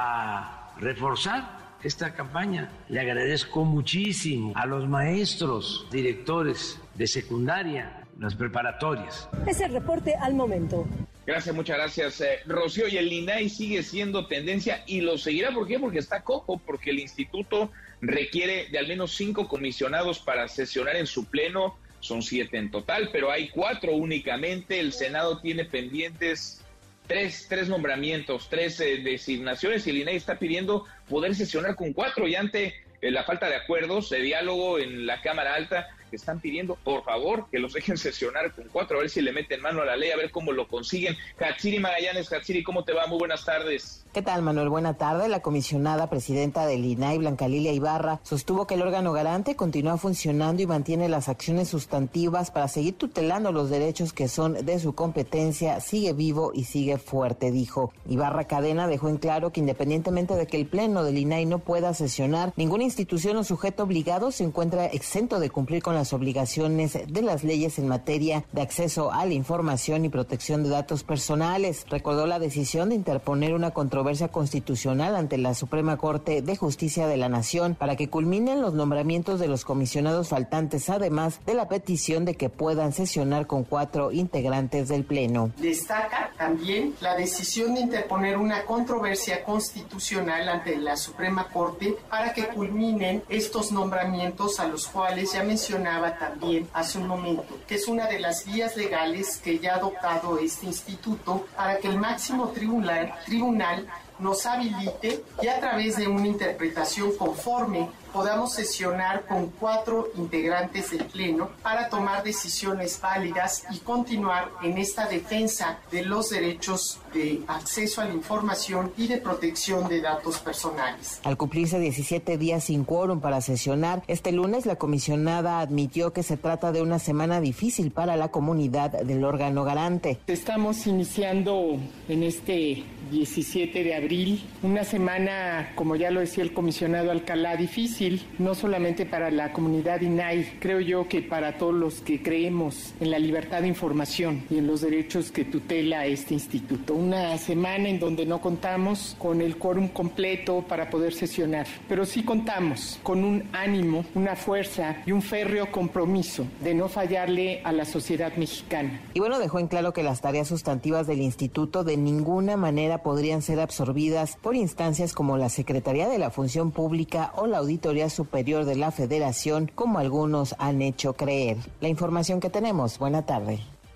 a reforzar esta campaña. Le agradezco muchísimo a los maestros, directores de secundaria, las preparatorias. Es el reporte al momento. Gracias, muchas gracias, eh, Rocío. Y el INAI sigue siendo tendencia y lo seguirá. ¿Por qué? Porque está cojo, porque el instituto requiere de al menos cinco comisionados para sesionar en su pleno. Son siete en total, pero hay cuatro únicamente. El Senado tiene pendientes tres, tres nombramientos, tres eh, designaciones, y el INAI está pidiendo poder sesionar con cuatro. Y ante eh, la falta de acuerdos, de diálogo en la Cámara Alta, están pidiendo, por favor, que los dejen sesionar con cuatro, a ver si le meten mano a la ley, a ver cómo lo consiguen. Hatsiri Magallanes. Hatsiri, ¿cómo te va? Muy buenas tardes. ¿Qué tal, Manuel? Buena tarde. La comisionada presidenta del INAI, Blanca Lilia Ibarra, sostuvo que el órgano garante continúa funcionando y mantiene las acciones sustantivas para seguir tutelando los derechos que son de su competencia. Sigue vivo y sigue fuerte, dijo. Ibarra Cadena dejó en claro que independientemente de que el pleno del INAI no pueda sesionar, ninguna institución o sujeto obligado se encuentra exento de cumplir con la las obligaciones de las leyes en materia de acceso a la información y protección de datos personales. Recordó la decisión de interponer una controversia constitucional ante la Suprema Corte de Justicia de la Nación para que culminen los nombramientos de los comisionados faltantes, además de la petición de que puedan sesionar con cuatro integrantes del Pleno. Destaca también la decisión de interponer una controversia constitucional ante la Suprema Corte para que culminen estos nombramientos, a los cuales ya mencionaba también hace un momento, que es una de las vías legales que ya ha adoptado este instituto para que el máximo tribunal, tribunal nos habilite y a través de una interpretación conforme podamos sesionar con cuatro integrantes del Pleno para tomar decisiones válidas y continuar en esta defensa de los derechos de acceso a la información y de protección de datos personales. Al cumplirse diecisiete días sin quórum para sesionar, este lunes la comisionada admitió que se trata de una semana difícil para la comunidad del órgano garante. Estamos iniciando en este diecisiete de abril una semana, como ya lo decía el comisionado Alcalá, difícil, no solamente para la comunidad INAI, creo yo que para todos los que creemos en la libertad de información y en los derechos que tutela este instituto. Una semana en donde no contamos con el quórum completo para poder sesionar, pero sí contamos con un ánimo, una fuerza y un férreo compromiso de no fallarle a la sociedad mexicana. Y bueno, dejó en claro que las tareas sustantivas del instituto de ninguna manera podrían ser absorbidas por instancias como la Secretaría de la Función Pública o la Auditoría Superior de la Federación, como algunos han hecho creer. La información que tenemos. Buena tarde.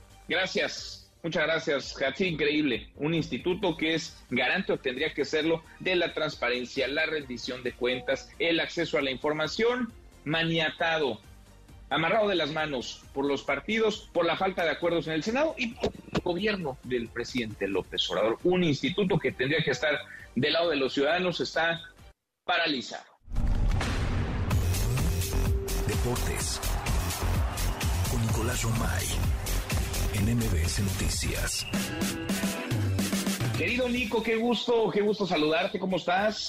Gracias. Muchas gracias, Hatsi. Increíble. Un instituto que es garante, o tendría que serlo, de la transparencia, la rendición de cuentas, el acceso a la información, maniatado, amarrado de las manos por los partidos, por la falta de acuerdos en el Senado y por el gobierno del presidente López Obrador. Un instituto que tendría que estar del lado de los ciudadanos está paralizado. Deportes con Nicolás Romay en M B S Noticias. Querido Nico, qué gusto, qué gusto saludarte. ¿Cómo estás?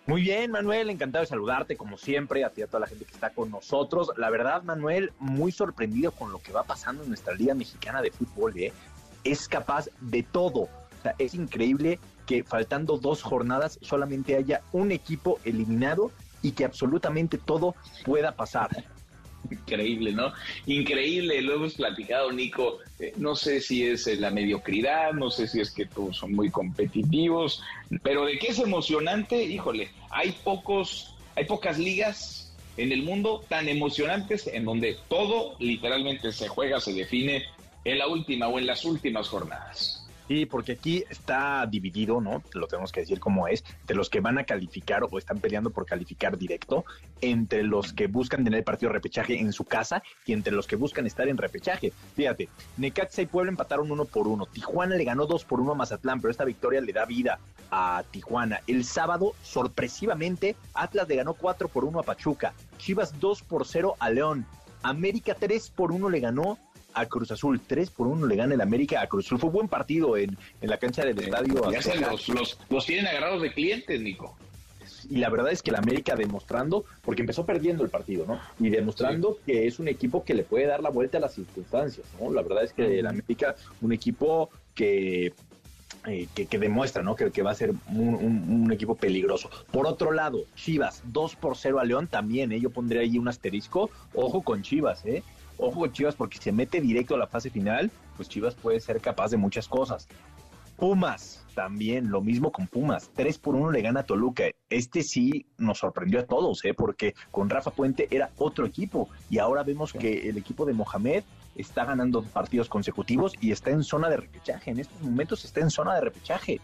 Muy bien, Manuel, encantado de saludarte como siempre, a ti y a toda la gente que está con nosotros. La verdad, Manuel, muy sorprendido con lo que va pasando en nuestra Liga Mexicana de Fútbol, ¿eh? Es capaz de todo. O sea, es increíble que faltando dos jornadas solamente haya un equipo eliminado y que absolutamente todo pueda pasar. Increíble, ¿no? Increíble, lo hemos platicado, Nico. Eh, no sé si es eh, la mediocridad, no sé si es que todos son muy competitivos, pero de que es emocionante, híjole, hay pocos, hay pocas ligas en el mundo tan emocionantes en donde todo literalmente se juega, se define en la última o en las últimas jornadas. Sí, porque aquí está dividido, ¿no? Lo tenemos que decir como es, entre los que van a calificar o están peleando por calificar directo, entre los que buscan tener el partido de repechaje en su casa y entre los que buscan estar en repechaje. Fíjate, Necaxa y Puebla empataron uno por uno, Tijuana le ganó dos por uno a Mazatlán, pero esta victoria le da vida a Tijuana. El sábado, sorpresivamente, Atlas le ganó cuatro por uno a Pachuca, Chivas dos por cero a León, América tres por uno le ganó a Cruz Azul, tres por uno le gana el América a Cruz Azul. Fue buen partido en, en la cancha del estadio. Ya se los, los, los tienen agarrados de clientes, Nico. Y la verdad es que el América demostrando, porque empezó perdiendo el partido, ¿no? Y demostrando sí. que es un equipo que le puede dar la vuelta a las circunstancias, ¿no? La verdad es que el América, un equipo que... Eh, que, que demuestra, ¿no? Que, que va a ser un, un, un equipo peligroso. Por otro lado, Chivas, dos por cero a León también, ¿eh? Yo pondré ahí un asterisco. Ojo con Chivas, ¿eh? Ojo con Chivas, porque si se mete directo a la fase final, pues Chivas puede ser capaz de muchas cosas. Pumas, también, lo mismo con Pumas, tres por uno le gana a Toluca. Este sí nos sorprendió a todos, ¿eh? Porque con Rafa Puente era otro equipo, y ahora vemos sí. que el equipo de Mohamed está ganando partidos consecutivos y está en zona de repechaje. En estos momentos está en zona de repechaje.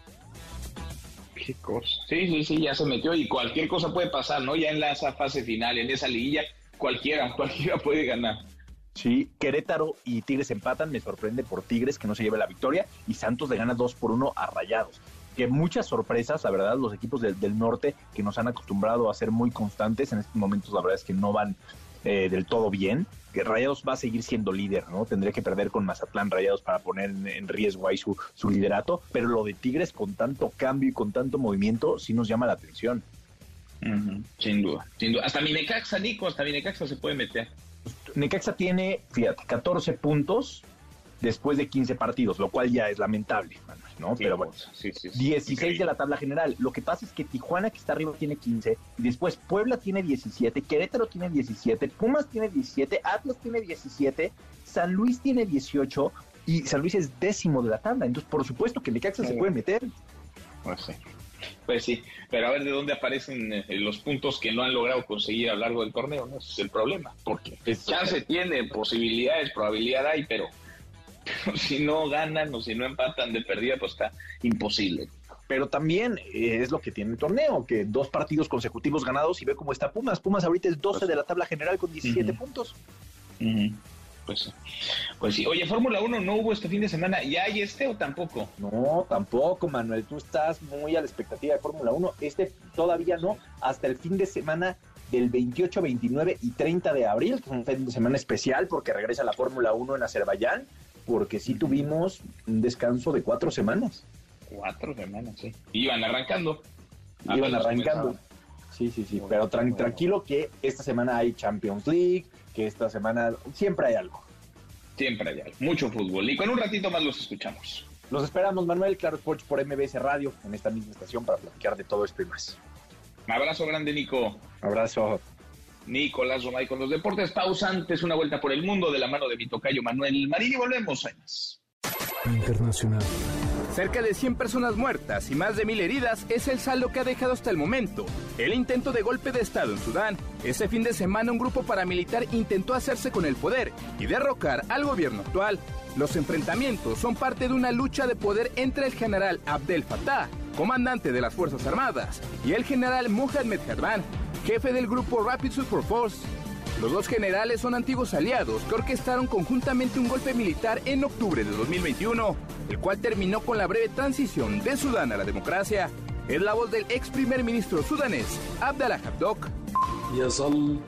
Qué cosa. Sí, sí, sí, ya se metió y cualquier cosa puede pasar, ¿no? Ya en la esa fase final, en esa liguilla, cualquiera, cualquiera puede ganar. Sí, Querétaro y Tigres empatan, me sorprende por Tigres que no se lleve la victoria, y Santos le gana dos por uno a Rayados. Que muchas sorpresas, la verdad, los equipos del, del norte que nos han acostumbrado a ser muy constantes, en estos momentos la verdad es que no van eh, del todo bien. Que Rayados va a seguir siendo líder, ¿no? Tendría que perder con Mazatlán Rayados para poner en, en riesgo ahí su, su liderato, pero lo de Tigres con tanto cambio y con tanto movimiento sí nos llama la atención. Uh-huh. Sin duda, sin duda. Hasta mi Necaxa, Nico, hasta mi Necaxa se puede meter. Necaxa tiene, fíjate, catorce puntos después de quince partidos, lo cual ya es lamentable, ¿no? Sí, pero bueno, sí, sí, sí. dieciséis de la tabla general. Lo que pasa es que Tijuana, que está arriba, tiene quince, y después Puebla tiene diecisiete, Querétaro tiene diecisiete, Pumas tiene diecisiete, Atlas tiene diecisiete, San Luis tiene dieciocho, y San Luis es décimo de la tabla. Entonces, por supuesto que Necaxa sí. se puede meter. Pues sí. Pues sí, pero a ver de dónde aparecen eh, los puntos que no han logrado conseguir a lo largo del torneo, ¿no? Ese es el problema, porque chance tiene, posibilidades, probabilidad hay, pero, pero si no ganan o si no empatan de perdida, pues está imposible. Pero también eh, es lo que tiene el torneo, que dos partidos consecutivos ganados, y ve cómo está Pumas. Pumas ahorita es doce pues, de la tabla general con diecisiete uh-huh. puntos. Uh-huh. Pues, pues sí. Oye, Fórmula uno no hubo este fin de semana. ¿Ya hay este o tampoco? No, tampoco, Manuel. Tú estás muy a la expectativa de Fórmula uno. Este todavía no. Hasta el fin de semana del veintiocho, veintinueve y treinta de abril, que es un fin de semana especial porque regresa la Fórmula uno en Azerbaiyán, porque sí tuvimos un descanso de cuatro semanas. Cuatro semanas, sí. Iban arrancando. Iban arrancando. Sí, sí, sí. Pero tran- tranquilo que esta semana hay Champions League, que esta semana siempre hay algo. Siempre hay algo. Mucho fútbol. Y con un ratito más los escuchamos. Los esperamos, Manuel, Claro Sports por M B S Radio, en esta misma estación para platicar de todo esto y más. Un abrazo grande, Nico. Abrazo. Nicolás Romay con los deportes. Pausa antes, una vuelta por el mundo de la mano de mi tocayo Manuel Marín y volvemos, años. Internacional. Cerca de cien personas muertas y más de mil heridas es el saldo que ha dejado hasta el momento el intento de golpe de Estado en Sudán. Este fin de semana un grupo paramilitar intentó hacerse con el poder y derrocar al gobierno actual. Los enfrentamientos son parte de una lucha de poder entre el general Abdel Fattah, comandante de las Fuerzas Armadas, y el general Mohamed Hadwan, jefe del grupo Rapid Support Force. Los dos generales son antiguos aliados que orquestaron conjuntamente un golpe militar en octubre de dos mil veintiuno, el cual terminó con la breve transición de Sudán a la democracia. Es la voz del ex primer ministro sudanés, Abdallah Hamdok.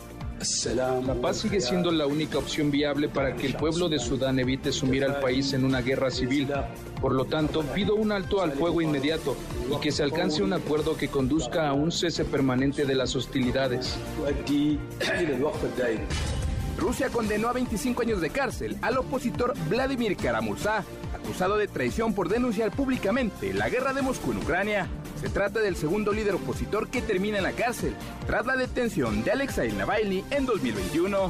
La paz sigue siendo la única opción viable para que el pueblo de Sudán evite sumir al país en una guerra civil. Por lo tanto, pido un alto al fuego inmediato y que se alcance un acuerdo que conduzca a un cese permanente de las hostilidades. Rusia condenó a veinticinco años de cárcel al opositor Vladimir Kara-Murza, acusado de traición por denunciar públicamente la guerra de Moscú en Ucrania. Se trata del segundo líder opositor que termina en la cárcel, tras la detención de Alexei Navalny en dos mil veintiuno.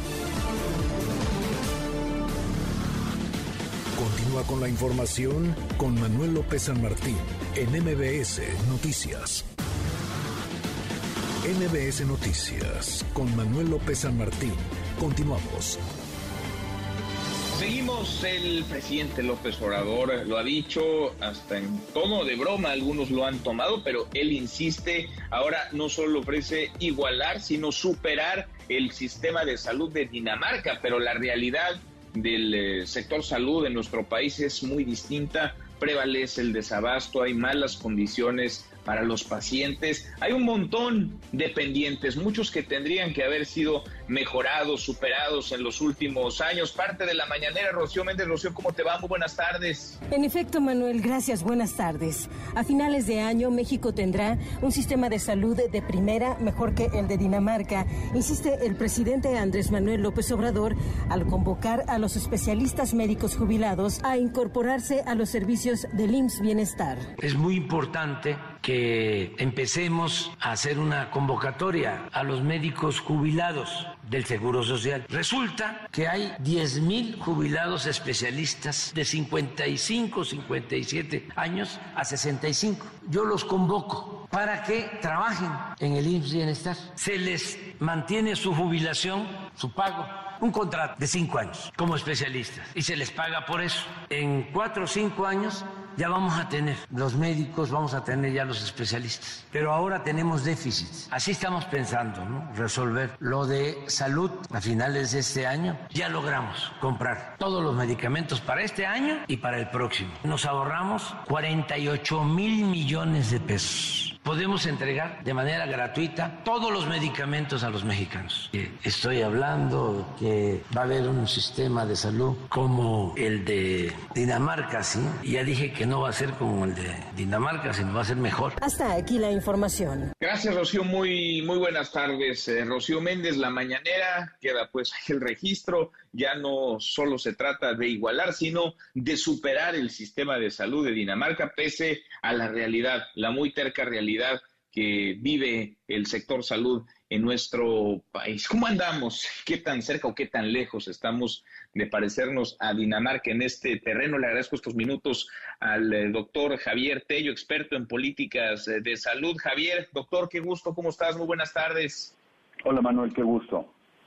Continúa con la información con Manuel López San Martín en M B S Noticias. M B S Noticias con Manuel López San Martín. Continuamos. Seguimos. El presidente López Obrador lo ha dicho hasta en tono de broma, algunos lo han tomado, pero él insiste, ahora no solo ofrece igualar, sino superar el sistema de salud de Dinamarca, pero la realidad del eh, sector salud en nuestro país es muy distinta. Prevalece el desabasto, hay malas condiciones para los pacientes, hay un montón de pendientes, muchos que tendrían que haber sido mejorados, superados en los últimos años. Parte de la mañanera, Rocío Méndez. Rocío, ¿cómo te va? Muy buenas tardes. En efecto, Manuel, gracias, buenas tardes. A finales de año, México tendrá un sistema de salud de primera, mejor que el de Dinamarca, insiste el presidente Andrés Manuel López Obrador al convocar a los especialistas médicos jubilados a incorporarse a los servicios del I M S S Bienestar. Es muy importante que empecemos a hacer una convocatoria a los médicos jubilados del Seguro Social. Resulta que hay diez mil jubilados especialistas de cincuenta y cinco, cincuenta y siete años a sesenta y cinco. Yo los convoco para que trabajen en el I M S S Bienestar. Se les mantiene su jubilación, su pago, un contrato de cinco años como especialistas y se les paga por eso. En cuatro o cinco años ya vamos a tener los médicos, vamos a tener ya los especialistas, pero ahora tenemos déficits. Así estamos pensando, ¿no? Resolver lo de salud a finales de este año. Ya logramos comprar todos los medicamentos para este año y para el próximo. Nos ahorramos cuarenta y ocho mil millones de pesos. Podemos entregar de manera gratuita todos los medicamentos a los mexicanos. Estoy hablando que va a haber un sistema de salud como el de Dinamarca, ¿sí? Y ya dije que no va a ser como el de Dinamarca, sino va a ser mejor. Hasta aquí la información. Gracias, Rocío. Muy, muy buenas tardes. Eh, Rocío Méndez, la mañanera, queda pues ahí el registro. Ya no solo se trata de igualar, sino de superar el sistema de salud de Dinamarca, pese a la realidad, la muy terca realidad que vive el sector salud en nuestro país. ¿Cómo andamos? ¿Qué tan cerca o qué tan lejos estamos de parecernos a Dinamarca en este terreno? Le agradezco estos minutos al eh, doctor Javier Tello, experto en políticas eh, de salud. Javier, doctor, qué gusto, ¿cómo estás? Muy buenas tardes. Hola, Manuel, qué gusto.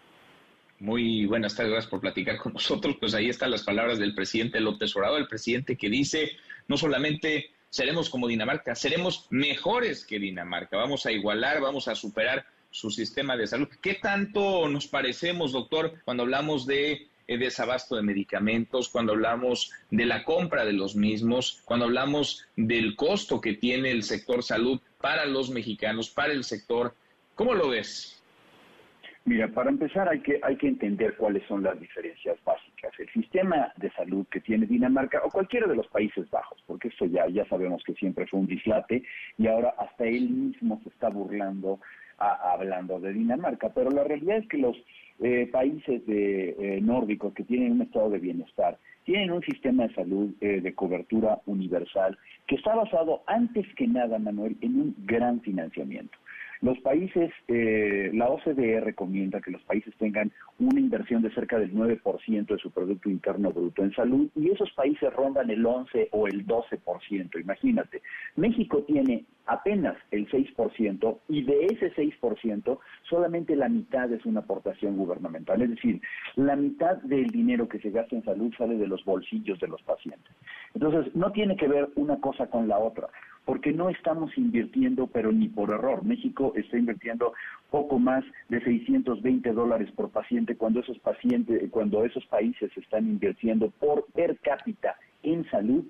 Muy buenas tardes, gracias por platicar con nosotros. Pues ahí están las palabras del presidente López Obrador, el presidente que dice, no solamente seremos como Dinamarca, seremos mejores que Dinamarca, vamos a igualar, vamos a superar su sistema de salud. ¿Qué tanto nos parecemos, doctor, cuando hablamos de eh, desabasto de medicamentos, cuando hablamos de la compra de los mismos, cuando hablamos del costo que tiene el sector salud para los mexicanos, para el sector? ¿Cómo lo ves? Mira, para empezar hay que hay que entender cuáles son las diferencias básicas. El sistema de salud que tiene Dinamarca o cualquiera de los Países Bajos, porque esto ya ya sabemos que siempre fue un dislate y ahora hasta él mismo se está burlando a, hablando de Dinamarca. Pero la realidad es que los eh, países de, eh, nórdicos que tienen un estado de bienestar tienen un sistema de salud eh, de cobertura universal que está basado antes que nada, Manuel, en un gran financiamiento. Los países, eh, la O C D E recomienda que los países tengan una inversión de cerca del nueve por ciento de su Producto Interno Bruto en salud y esos países rondan el once o el doce por ciento, imagínate. México tiene apenas el seis por ciento y de ese seis por ciento solamente la mitad es una aportación gubernamental, es decir, la mitad del dinero que se gasta en salud sale de los bolsillos de los pacientes. Entonces, no tiene que ver una cosa con la otra, porque no estamos invirtiendo, pero ni por error. México está invirtiendo poco más de seiscientos veinte dólares por paciente cuando esos pacientes, cuando esos países están invirtiendo por per cápita en salud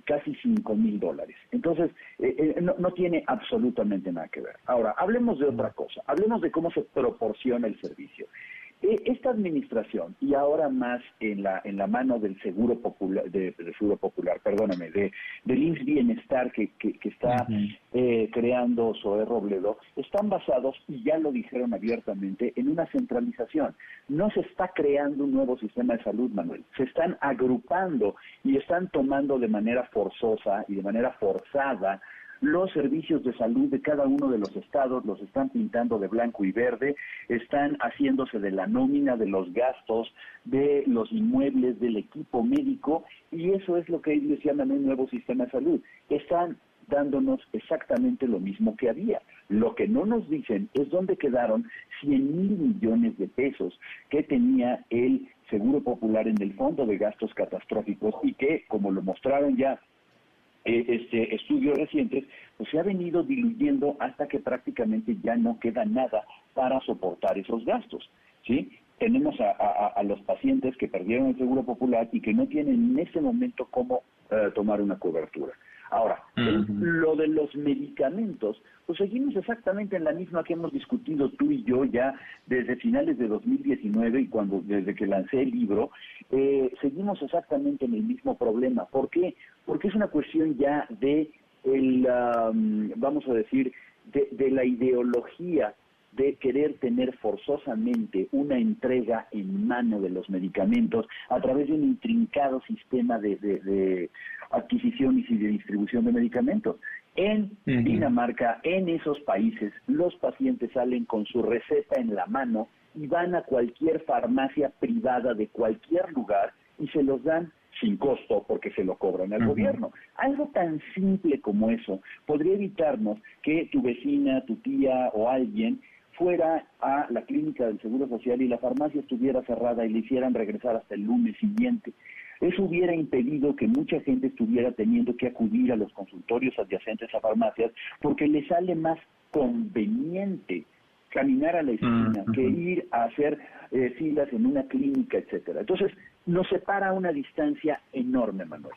casi cinco mil dólares. Entonces, eh, eh, no, no tiene absolutamente nada que ver. Ahora, hablemos de otra cosa, hablemos de cómo se proporciona el servicio. Esta administración, y ahora más en la en la mano del Seguro Popular, de, del Seguro Popular, perdóname, de, del I M S S Bienestar que, que, que está uh-huh. eh, creando Zoé Robledo, están basados, y ya lo dijeron abiertamente, en una centralización. No se está creando un nuevo sistema de salud, Manuel. Se están agrupando y están tomando de manera forzosa y de manera forzada los servicios de salud de cada uno de los estados, los están pintando de blanco y verde, están haciéndose de la nómina, de los gastos, de los inmuebles, del equipo médico, y eso es lo que ellos llaman un nuevo sistema de salud. Están dándonos exactamente lo mismo que había. Lo que no nos dicen es dónde quedaron cien mil millones de pesos que tenía el Seguro Popular en el Fondo de Gastos Catastróficos y que, como lo mostraron ya Este, estudios recientes, pues se ha venido diluyendo hasta que prácticamente ya no queda nada para soportar esos gastos, ¿sí? Tenemos a, a, a los pacientes que perdieron el Seguro Popular y que no tienen en ese momento cómo uh, tomar una cobertura. Ahora, uh-huh. el, lo de los medicamentos, pues seguimos exactamente en la misma que hemos discutido tú y yo ya desde finales de dos mil diecinueve y cuando desde que lancé el libro, eh, seguimos exactamente en el mismo problema. ¿Por qué? Porque es una cuestión ya de, el, um, vamos a decir, de, de la ideología de querer tener forzosamente una entrega en mano de los medicamentos a través de un intrincado sistema de, de, de adquisición y de distribución de medicamentos. En uh-huh. Dinamarca, en esos países, los pacientes salen con su receta en la mano y van a cualquier farmacia privada de cualquier lugar y se los dan sin costo porque se lo cobran al uh-huh. gobierno. Algo tan simple como eso podría evitarnos que tu vecina, tu tía o alguien fuera a la clínica del Seguro Social y la farmacia estuviera cerrada y le hicieran regresar hasta el lunes siguiente. Eso hubiera impedido que mucha gente estuviera teniendo que acudir a los consultorios adyacentes a farmacias porque le sale más conveniente caminar a la esquina uh-huh. que ir a hacer eh, filas en una clínica, etcétera. Entonces, nos separa una distancia enorme, Manuel.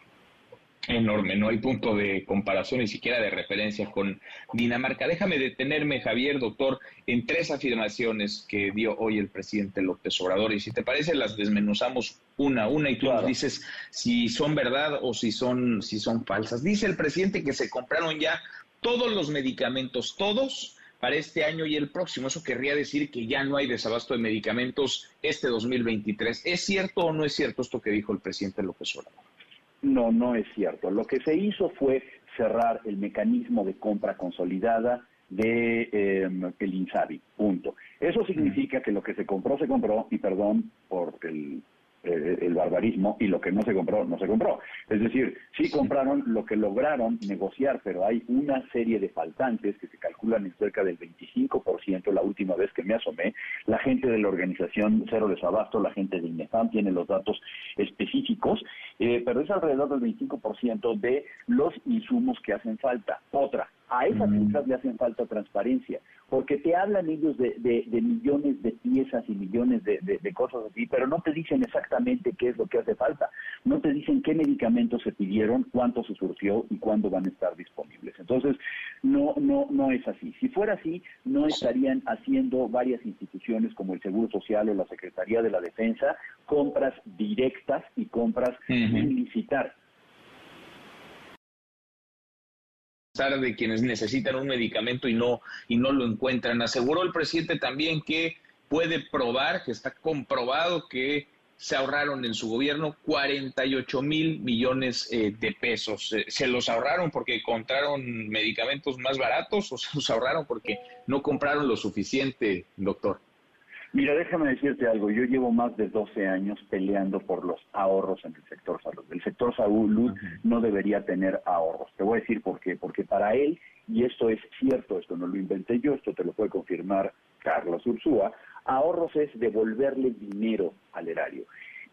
Enorme, no hay punto de comparación ni siquiera de referencia con Dinamarca. Déjame detenerme, Javier, doctor, en tres afirmaciones que dio hoy el presidente López Obrador, y si te parece las desmenuzamos una a una y tú claro. nos dices si son verdad o si son, si son falsas. Dice el presidente que se compraron ya todos los medicamentos, todos, para este año y el próximo. Eso querría decir que ya no hay desabasto de medicamentos este dos mil veintitrés. ¿Es cierto o no es cierto esto que dijo el presidente López Obrador? No, no es cierto. Lo que se hizo fue cerrar el mecanismo de compra consolidada de eh, el INSABI, punto. Eso significa que lo que se compró, se compró, y perdón por el, eh, el barbarismo, y lo que no se compró, no se compró. Es decir, sí compraron lo que lograron negociar, pero hay una serie de faltantes que se calculan en cerca del veinticinco por ciento la última vez que me asomé. La gente de la organización Cero Desabasto, la gente de INEFAM tiene los datos específicos, eh, pero es alrededor del veinticinco por ciento de los insumos que hacen falta. Otra, a esas cifras le hacen falta transparencia, porque te hablan ellos de, de, de millones de piezas y millones de, de, de cosas así, pero no te dicen exactamente qué es lo que hace falta. No te dicen qué medicamentos se pidieron, cuánto se surtió y cuándo van a estar disponibles. Entonces, no, no, no es así. Si fuera así, no estarían haciendo varias instituciones como el Seguro Social o la Secretaría de la Defensa compras directas y compras uh-huh. sin licitar. De quienes necesitan un medicamento y no y no lo encuentran. Aseguró el presidente también que puede probar, que está comprobado que se ahorraron en su gobierno cuarenta y ocho mil millones eh, de pesos. Eh, ¿Se los ahorraron porque compraron medicamentos más baratos o se los ahorraron porque no compraron lo suficiente, doctor? Mira, déjame decirte algo. Yo llevo más de doce años peleando por los ahorros en el sector salud. El sector salud uh-huh. no debería tener ahorros. Te voy a decir por qué. Porque para él, y esto es cierto, esto no lo inventé yo, esto te lo puede confirmar Carlos Ursúa, ahorros es devolverle dinero al erario.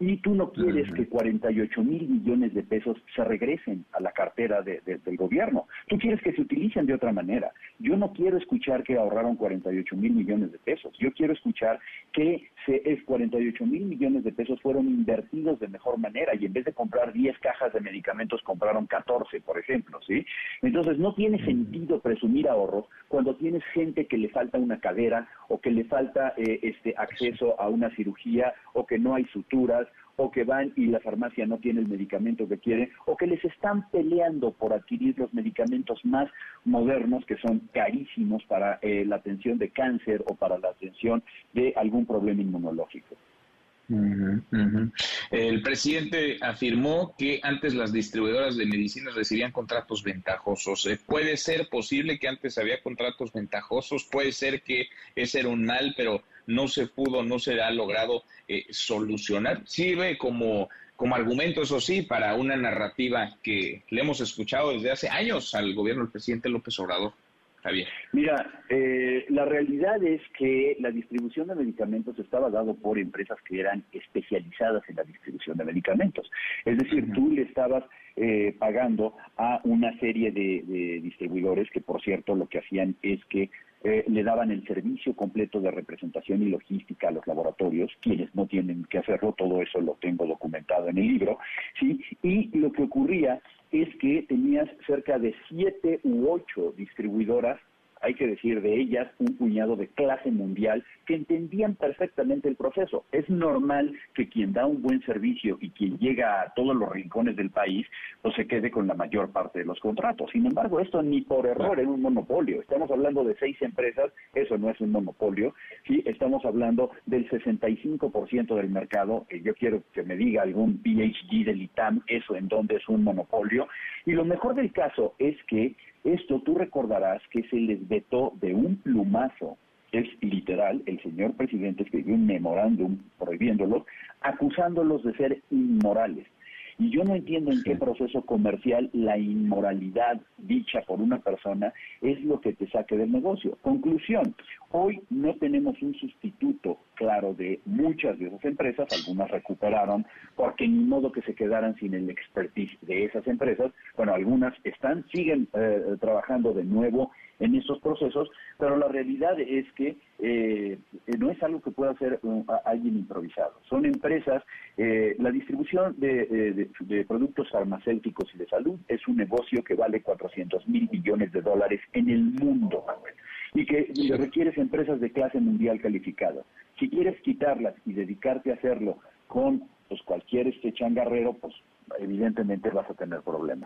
Y tú no quieres uh-huh. que cuarenta y ocho mil millones de pesos se regresen a la cartera de, de, del gobierno. Tú quieres que se utilicen de otra manera. Yo no quiero escuchar que ahorraron cuarenta y ocho mil millones de pesos. Yo quiero escuchar que se, es cuarenta y ocho mil millones de pesos fueron invertidos de mejor manera y en vez de comprar diez cajas de medicamentos compraron catorce, por ejemplo, ¿sí? Entonces no tiene sentido presumir ahorros cuando tienes gente que le falta una cadera o que le falta eh, este acceso a una cirugía o que no hay suturas o que van y la farmacia no tiene el medicamento que quiere, o que les están peleando por adquirir los medicamentos más modernos que son carísimos para eh, la atención de cáncer o para la atención de algún problema inmunológico. Uh-huh, uh-huh. El presidente afirmó que antes las distribuidoras de medicinas recibían contratos ventajosos. ¿Puede ser posible que antes había contratos ventajosos? ¿Puede ser que ese era un mal, pero no se pudo, no se ha logrado eh, solucionar? Sirve como, como argumento, eso sí, para una narrativa que le hemos escuchado desde hace años al gobierno del presidente López Obrador. Javier. Mira, eh, la realidad es que la distribución de medicamentos estaba dado por empresas que eran especializadas en la distribución de medicamentos. Es decir, uh-huh. tú le estabas eh, pagando a una serie de, de distribuidores que, por cierto, lo que hacían es que Eh, le daban el servicio completo de representación y logística a los laboratorios, quienes no tienen que hacerlo, todo eso lo tengo documentado en el libro, ¿sí? Y lo que ocurría es que tenías cerca de siete u ocho distribuidoras, hay que decir de ellas, un puñado de clase mundial que entendían perfectamente el proceso. Es normal que quien da un buen servicio y quien llega a todos los rincones del país, pues se quede con la mayor parte de los contratos. Sin embargo, esto ni por error es un monopolio. Estamos hablando de seis empresas, eso no es un monopolio, ¿sí? Estamos hablando del sesenta y cinco por ciento del mercado. Eh, yo quiero que me diga algún P H D del I T A M, eso en donde es un monopolio. Y lo mejor del caso es que esto tú recordarás que se les vetó de un plumazo. Es literal, el señor presidente escribió un memorándum prohibiéndolos, acusándolos de ser inmorales. Y yo no entiendo en qué proceso comercial la inmoralidad dicha por una persona es lo que te saque del negocio. Conclusión, hoy no tenemos un sustituto claro de muchas de esas empresas, algunas recuperaron porque ni modo que se quedaran sin el expertise de esas empresas. Bueno, algunas están, siguen eh, trabajando de nuevo en estos procesos, pero la realidad es que eh, no es algo que pueda hacer uh, alguien improvisado. Son empresas, eh, la distribución de, de, de productos farmacéuticos y de salud es un negocio que vale cuatrocientos mil millones de dólares en el mundo, Manuel, y que le requieres empresas de clase mundial calificadas. Si quieres quitarlas y dedicarte a hacerlo con pues cualquier este changarrero, pues evidentemente vas a tener problemas.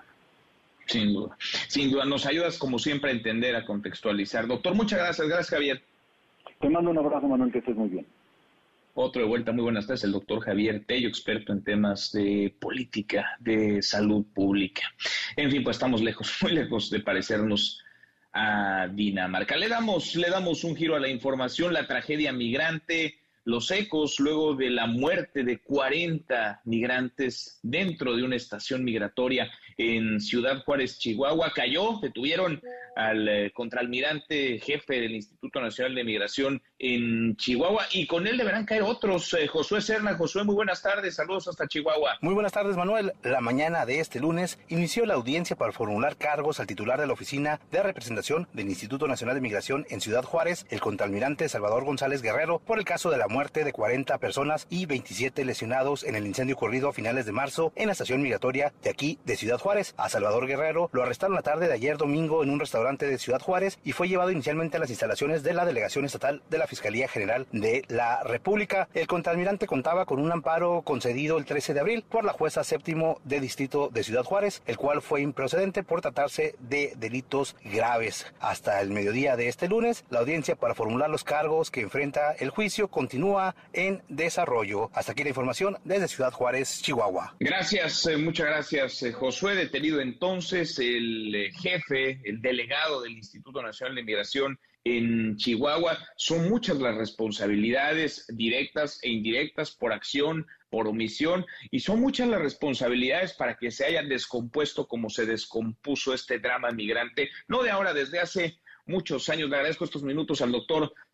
Sin duda, sin duda. Nos ayudas como siempre a entender, a contextualizar. Doctor, muchas gracias. Gracias, Javier. Te mando un abrazo, Manuel, que estés muy bien. Otro de vuelta, muy buenas tardes, el doctor Javier Tello, experto en temas de política, de salud pública. En fin, pues estamos lejos, muy lejos de parecernos a Dinamarca. Le damos, le damos un giro a la información, la tragedia migrante, los ecos luego de la muerte de cuarenta migrantes dentro de una estación migratoria en Ciudad Juárez, Chihuahua. Cayó, detuvieron al eh, contraalmirante jefe del Instituto Nacional de Migración en Chihuahua y con él deberán caer otros. Eh, Josué Serna. Josué, muy buenas tardes, saludos hasta Chihuahua. Muy buenas tardes, Manuel. La mañana de este lunes inició la audiencia para formular cargos al titular de la Oficina de Representación del Instituto Nacional de Migración en Ciudad Juárez, el contraalmirante Salvador González Guerrero, por el caso de la muerte de cuarenta personas y veintisiete lesionados en el incendio ocurrido a finales de marzo en la estación migratoria de aquí de Ciudad Juárez. A Salvador Guerrero lo arrestaron la tarde de ayer domingo en un restaurante de Ciudad Juárez y fue llevado inicialmente a las instalaciones de la Delegación Estatal de la Fiscalía General de la República. El contraalmirante contaba con un amparo concedido el trece de abril por la jueza séptimo de distrito de Ciudad Juárez, el cual fue improcedente por tratarse de delitos graves. Hasta el mediodía de este lunes, la audiencia para formular los cargos que enfrenta el juicio continúa en desarrollo. Hasta aquí la información desde Ciudad Juárez, Chihuahua. Gracias, eh, muchas gracias, eh, Josué. Detenido entonces el eh, jefe, el delegado del Instituto Nacional de Migración en Chihuahua. Son muchas las responsabilidades directas e indirectas por acción, por omisión, y son muchas las responsabilidades para que se haya descompuesto como se descompuso este drama migrante, no de ahora, desde hace muchos años. Le agradezco estos minutos al doctor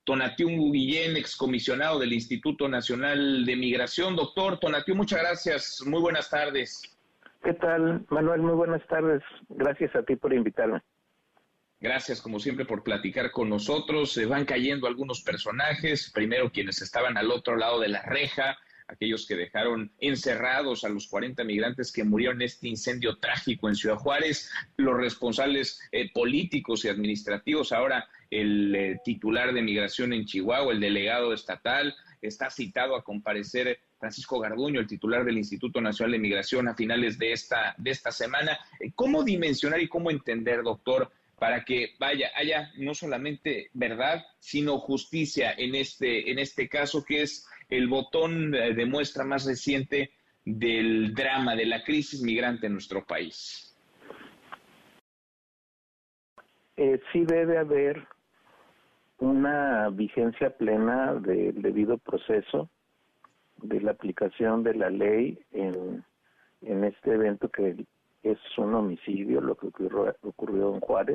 Tonatiuh Guillén, excomisionado del Instituto Nacional de Migración. Doctor Tonatiuh, muchas gracias, muy buenas tardes. ¿Qué tal, Manuel? Muy buenas tardes. Gracias a ti por invitarme. Gracias, como siempre, por platicar con nosotros. Se van cayendo algunos personajes, primero quienes estaban al otro lado de la reja, aquellos que dejaron encerrados a los cuarenta migrantes que murieron en este incendio trágico en Ciudad Juárez, los responsables eh, políticos y administrativos, ahora el eh, titular de Migración en Chihuahua, el delegado estatal, está citado a comparecer Francisco Garduño, el titular del Instituto Nacional de Migración, a finales de esta, de esta semana. ¿Cómo dimensionar y cómo entender, doctor, para que vaya, haya no solamente verdad, sino justicia en este, en este caso, que es el botón de muestra más reciente del drama, de la crisis migrante en nuestro país? Eh, sí debe haber una vigencia plena del debido proceso, de la aplicación de la ley en, en este evento que es un homicidio, lo que ocurrió, ocurrió en Juárez,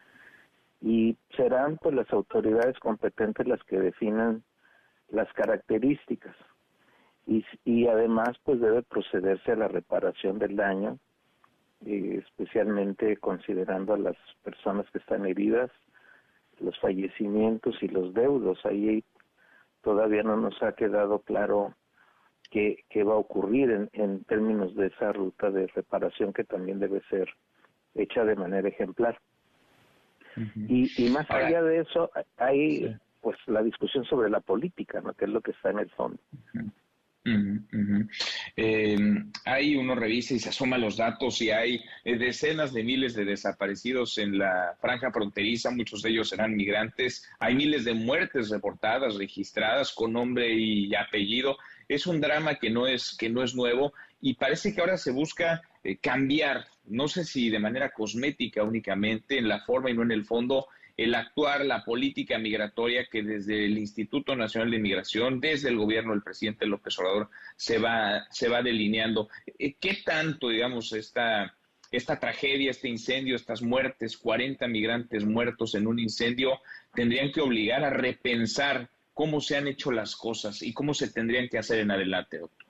y serán pues las autoridades competentes las que definan las características, y, y además pues debe procederse a la reparación del daño, eh, especialmente considerando a las personas que están heridas, los fallecimientos y los deudos. Ahí todavía no nos ha quedado claro qué, qué va a ocurrir en, en términos de esa ruta de reparación, que también debe ser hecha de manera ejemplar. Uh-huh. y, y más Ahora, allá de eso hay sí. pues la discusión sobre la política, ¿no?, que es lo que está en el fondo. Uh-huh. Uh-huh, uh-huh. Eh, ahí uno revisa y se asoma los datos y hay eh, decenas de miles de desaparecidos en la franja fronteriza, muchos de ellos serán migrantes, hay miles de muertes reportadas, registradas con nombre y apellido. Es un drama que no es, que no es nuevo, y parece que ahora se busca eh, cambiar, no sé si de manera cosmética únicamente, en la forma y no en el fondo, el actuar, la política migratoria que desde el Instituto Nacional de Migración, desde el gobierno del presidente López Obrador, se va, se va delineando. ¿Qué tanto, digamos, esta, esta tragedia, este incendio, estas muertes, cuarenta migrantes muertos en un incendio, tendrían que obligar a repensar cómo se han hecho las cosas y cómo se tendrían que hacer en adelante, doctor?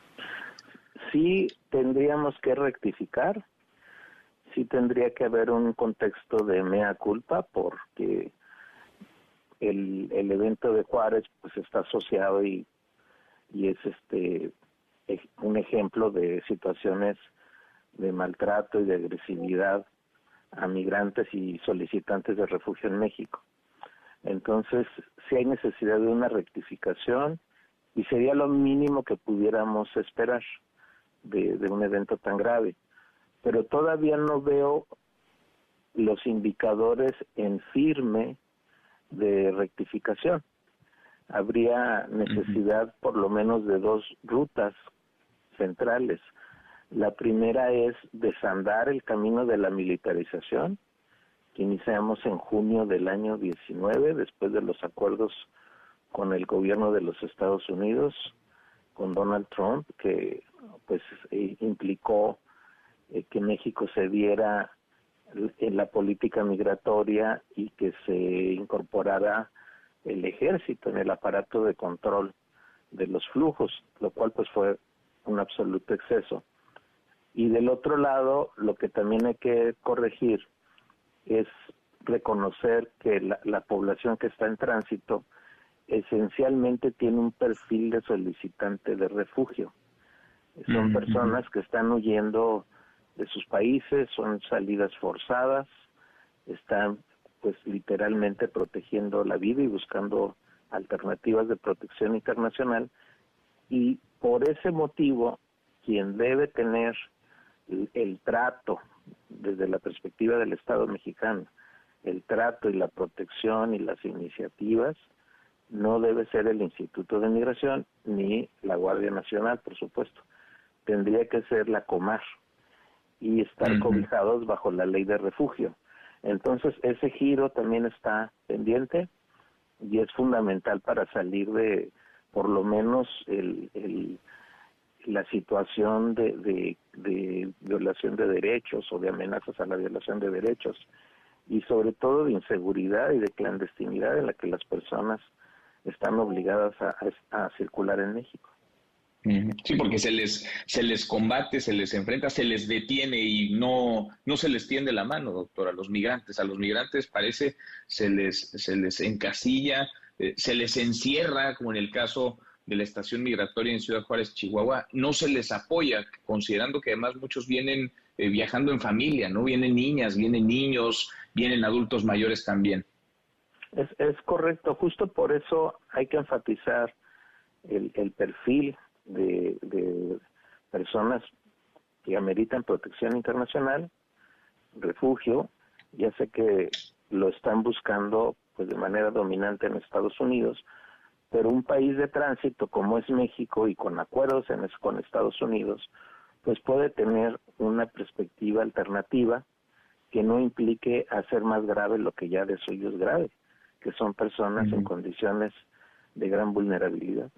Sí, tendríamos que rectificar. Sí tendría que haber un contexto de mea culpa, porque el, el evento de Juárez pues está asociado y, y es este un ejemplo de situaciones de maltrato y de agresividad a migrantes y solicitantes de refugio en México. Entonces, sí hay necesidad de una rectificación, y sería lo mínimo que pudiéramos esperar de, de un evento tan grave. Pero todavía no veo los indicadores en firme de rectificación. Habría necesidad uh-huh. por lo menos de dos rutas centrales. La primera es desandar el camino de la militarización, que iniciamos en junio del año diecinueve, después de los acuerdos con el gobierno de los Estados Unidos, con Donald Trump, que pues implicó Eh, que México se diera en la política migratoria y que se incorporara el ejército en el aparato de control de los flujos, lo cual pues fue un absoluto exceso. Y del otro lado, lo que también hay que corregir es reconocer que la, la población que está en tránsito esencialmente tiene un perfil de solicitante de refugio. Son mm-hmm. personas que están huyendo de sus países, son salidas forzadas, están pues literalmente protegiendo la vida y buscando alternativas de protección internacional, y por ese motivo quien debe tener el, el trato desde la perspectiva del Estado mexicano, el trato y la protección y las iniciativas, no debe ser el Instituto de Migración ni la Guardia Nacional, por supuesto. Tendría que ser la Comar y estar uh-huh. cobijados bajo la ley de refugio. Entonces ese giro también está pendiente y es fundamental para salir de por lo menos el, el la situación de, de, de violación de derechos o de amenazas a la violación de derechos y sobre todo de inseguridad y de clandestinidad en la que las personas están obligadas a, a, a circular en México. Sí, porque se les se les combate, se les enfrenta, se les detiene y no no se les tiende la mano, doctor, a los migrantes. A los migrantes parece se les se les encasilla, eh, se les encierra, como en el caso de la estación migratoria en Ciudad Juárez, Chihuahua. No se les apoya, considerando que además muchos vienen eh, viajando en familia, ¿no? Vienen niñas, vienen niños, vienen adultos mayores también. Es, es correcto, justo por eso hay que enfatizar el, el perfil De, de personas que ameritan protección internacional, refugio. Ya sé que lo están buscando pues de manera dominante en Estados Unidos, pero un país de tránsito como es México y con acuerdos en, con Estados Unidos, pues puede tener una perspectiva alternativa que no implique hacer más grave lo que ya de suyo es grave, que son personas uh-huh. en condiciones de gran vulnerabilidad.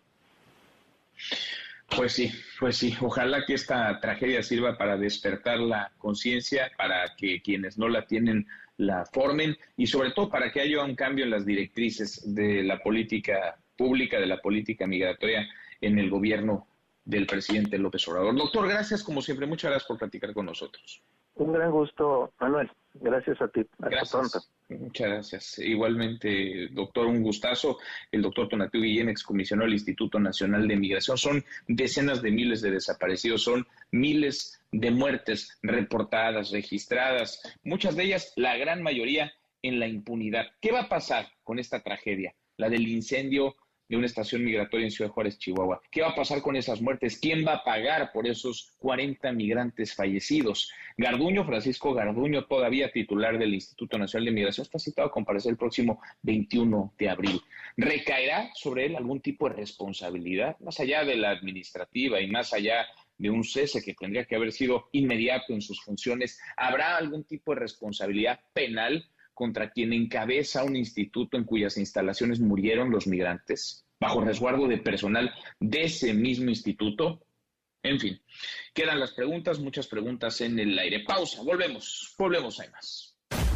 Pues sí, pues sí. Ojalá que esta tragedia sirva para despertar la conciencia, para que quienes no la tienen la formen y sobre todo para que haya un cambio en las directrices de la política pública, de la política migratoria en el gobierno del presidente López Obrador. Doctor, gracias como siempre. Muchas gracias por platicar con nosotros. Un gran gusto, Manuel. Gracias a ti. Hasta gracias. pronto. Muchas gracias. Igualmente, doctor, un gustazo. El doctor Tonatiuh Guillén, excomisionado del Instituto Nacional de Migración. Son decenas de miles de desaparecidos, son miles de muertes reportadas, registradas, muchas de ellas, la gran mayoría, en la impunidad. ¿Qué va a pasar con esta tragedia? La del incendio de una estación migratoria en Ciudad Juárez, Chihuahua. ¿Qué va a pasar con esas muertes? ¿Quién va a pagar por esos cuarenta migrantes fallecidos? Garduño, Francisco Garduño, todavía titular del Instituto Nacional de Migración, está citado a comparecer el próximo veintiuno de abril. ¿Recaerá sobre él algún tipo de responsabilidad, más allá de la administrativa y más allá de un cese que tendría que haber sido inmediato en sus funciones? ¿Habrá algún tipo de responsabilidad penal contra quien encabeza un instituto en cuyas instalaciones murieron los migrantes, bajo resguardo de personal de ese mismo instituto? En fin, quedan las preguntas, muchas preguntas en el aire. Pausa, volvemos, volvemos, hay más.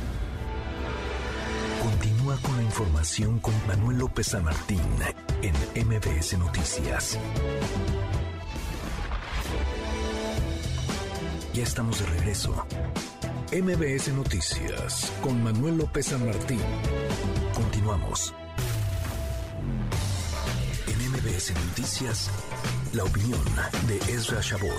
Continúa con la información con Manuel López San Martín en M B S Noticias. Ya estamos de regreso. M B S Noticias con Manuel López San Martín. Continuamos. En M B S Noticias, la opinión de Ezra Shabot.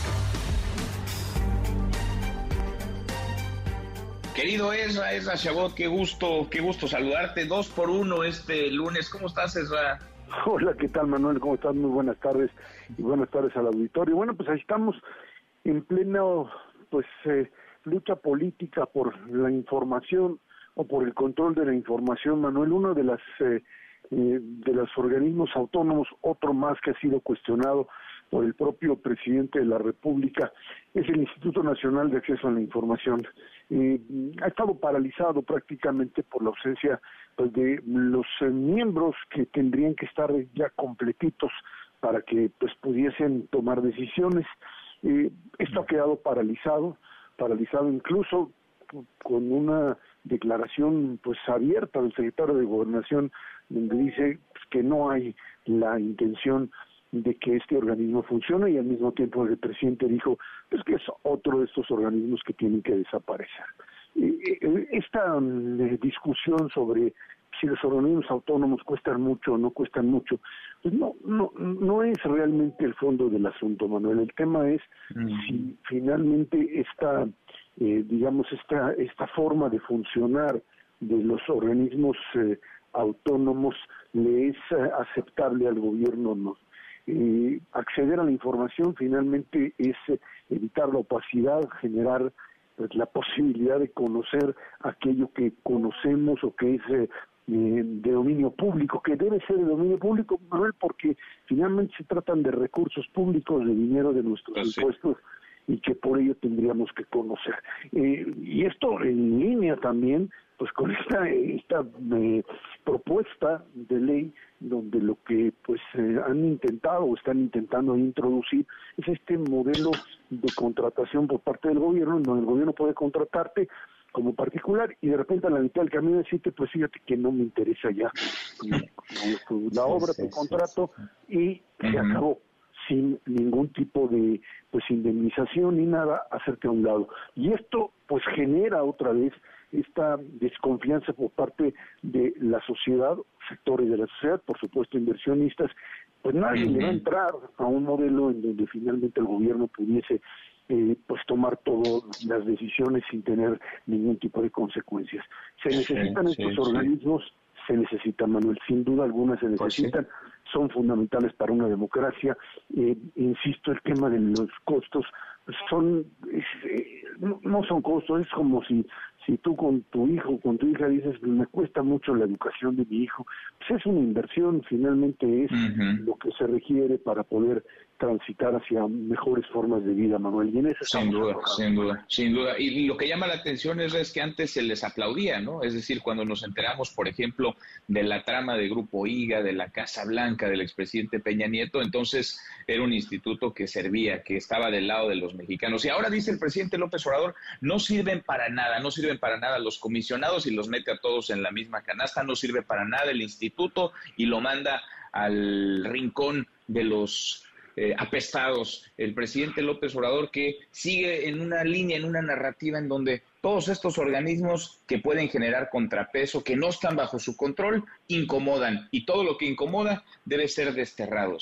Querido Ezra, Ezra Shabot, qué gusto, qué gusto saludarte. Dos por uno este lunes. ¿Cómo estás, Ezra? Hola, ¿qué tal, Manuel? ¿Cómo estás? Muy buenas tardes y buenas tardes al auditorio. Bueno, pues ahí estamos en pleno, pues, eh, lucha política por la información o por el control de la información, Manuel. Uno de las eh, eh, de los organismos autónomos, otro más que ha sido cuestionado por el propio presidente de la República, es el Instituto Nacional de Acceso a la Información. Eh, ha estado paralizado prácticamente por la ausencia pues, de los eh, miembros que tendrían que estar ya completitos para que pues pudiesen tomar decisiones. Eh, esto ha quedado paralizado. paralizado incluso con una declaración pues abierta del secretario de Gobernación, donde dice pues, que no hay la intención de que este organismo funcione, y al mismo tiempo el presidente dijo pues que es otro de estos organismos que tienen que desaparecer. Eh, esta eh, discusión sobre si los organismos autónomos cuestan mucho o no cuestan mucho, pues no, no, no es realmente el fondo del asunto, Manuel. El tema es mm. si finalmente esta, eh, digamos, esta, esta forma de funcionar de los organismos eh, autónomos le es eh, aceptable al gobierno o no. Eh, acceder a la información finalmente es eh, evitar la opacidad, generar pues, la posibilidad de conocer aquello que conocemos o que es eh, Eh, de dominio público, que debe ser de dominio público, Manuel, porque finalmente se tratan de recursos públicos, de dinero de nuestros pues impuestos, sí. y que por ello tendríamos que conocer. Eh, y esto en línea también, pues con esta esta eh, propuesta de ley, donde lo que pues eh, han intentado o están intentando introducir es este modelo de contratación por parte del gobierno, en donde el gobierno puede contratarte como particular, y de repente a la mitad del camino decirte, pues fíjate que no me interesa ya la obra, tu contrato, y se acabó, sin ningún tipo de pues indemnización ni nada, hacerte a un lado. Y esto pues genera otra vez esta desconfianza por parte de la sociedad, sectores de la sociedad, por supuesto inversionistas, pues nadie uh-huh. le va a entrar a un modelo en donde finalmente el gobierno pudiese eh, pues tomar todas las decisiones sin tener ningún tipo de consecuencias. Se necesitan sí, estos sí, organismos, sí. se necesitan, Manuel, sin duda alguna se necesitan, pues sí. son fundamentales para una democracia. Eh, insisto, el tema de los costos son es, eh, no, no son costos, es como si si tú con tu hijo, con tu hija dices, me cuesta mucho la educación de mi hijo, pues es una inversión, finalmente es uh-huh. lo que se requiere para poder transitar hacia mejores formas de vida, Manuel. Y en eso sin duda, sin duda, sin duda. Y lo que llama la atención es, es que antes se les aplaudía, ¿no? Es decir, cuando nos enteramos, por ejemplo, de la trama de Grupo IGA, de la Casa Blanca, del expresidente Peña Nieto, entonces era un instituto que servía, que estaba del lado de los mexicanos. Y ahora dice el presidente López Obrador, no sirven para nada, no sirven para nada los comisionados y los mete a todos en la misma canasta, no sirve para nada el instituto y lo manda al rincón de los eh, apestados. El presidente López Obrador que sigue en una línea, en una narrativa en donde todos estos organismos que pueden generar contrapeso, que no están bajo su control, incomodan y todo lo que incomoda debe ser desterrado.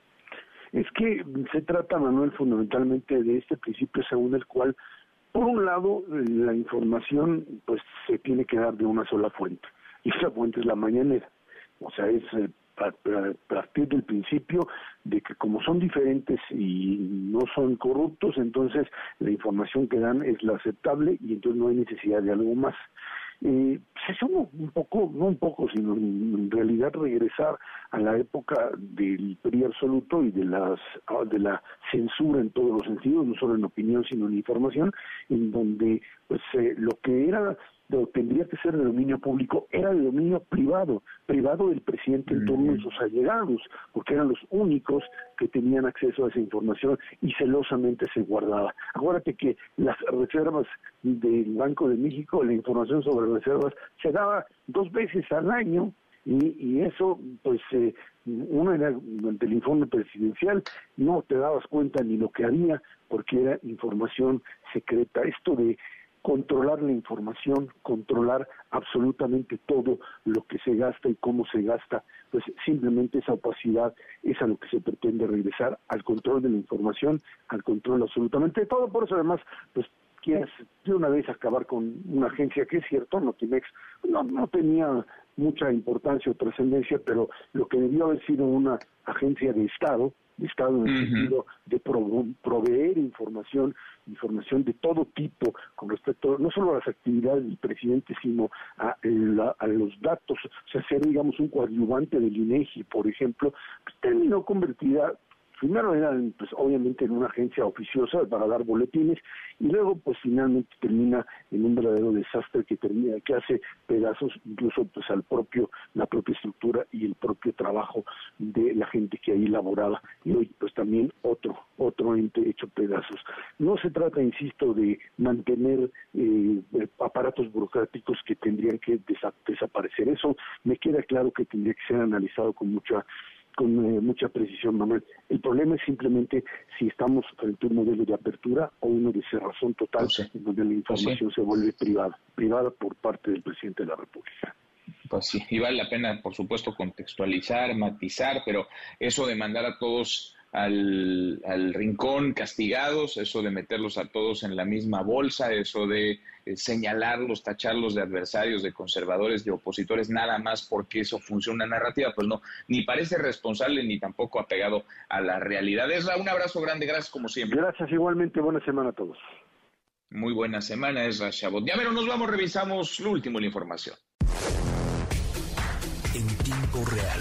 Es que se trata, Manuel, fundamentalmente de este principio según el cual, por un lado, la información pues se tiene que dar de una sola fuente, y esa fuente es la mañanera. O sea, es eh, a, a partir del principio de que como son diferentes y no son corruptos, entonces la información que dan es la aceptable y entonces no hay necesidad de algo más. Eh, pues eso no, un poco, no un poco, sino en realidad regresar a la época del P R I absoluto y de las de la censura en todos los sentidos, no solo en opinión sino en información, en donde pues eh, lo que era o tendría que ser de dominio público era de dominio privado, privado del presidente en turno y sus allegados, porque eran los únicos que tenían acceso a esa información y celosamente se guardaba. Acuérdate que las reservas del Banco de México, la información sobre reservas, se daba dos veces al año, y, y eso, pues, eh, uno era ante el informe presidencial, no te dabas cuenta ni lo que había, porque era información secreta. Esto de controlar la información, controlar absolutamente todo lo que se gasta y cómo se gasta, pues simplemente esa opacidad es a lo que se pretende regresar, al control de la información, al control absolutamente de todo. Por eso además, pues quieres de una vez acabar con una agencia que es cierto, Notimex no, no tenía mucha importancia o trascendencia, pero lo que debió haber sido una agencia de Estado, de Estado en el uh-huh. sentido de pro, proveer información, información de todo tipo con respecto no solo a las actividades del presidente, sino a, la, a los datos, o sea, ser, digamos, un coadyuvante del INEGI, por ejemplo, pues, terminó convertida. Primero era, pues, obviamente en una agencia oficiosa para dar boletines y luego, pues, finalmente termina en un verdadero desastre que termina, que hace pedazos incluso, pues, al propio, la propia estructura y el propio trabajo de la gente que ahí laboraba. Y hoy, pues, también otro, otro ente hecho pedazos. No se trata, insisto, de mantener eh, aparatos burocráticos que tendrían que desa- desaparecer. Eso me queda claro que tendría que ser analizado con mucha con eh, mucha precisión, Manuel. El problema es simplemente si estamos frente a un modelo de apertura o uno de cerrazón total, sí. en donde la información sí. se vuelve privada, privada por parte del presidente de la República. Pues sí, y vale la pena, por supuesto, contextualizar, matizar, pero eso de mandar a todos al, al rincón castigados, eso de meterlos a todos en la misma bolsa, eso de eh, señalarlos, tacharlos de adversarios, de conservadores, de opositores, nada más porque eso funciona una narrativa, pues no, ni parece responsable ni tampoco apegado a la realidad. Esra, un abrazo grande, gracias como siempre. Gracias igualmente, buena semana a todos. Muy buena semana, Esra Chabot. Ya, pero nos vamos, revisamos lo último de la información. En tiempo real.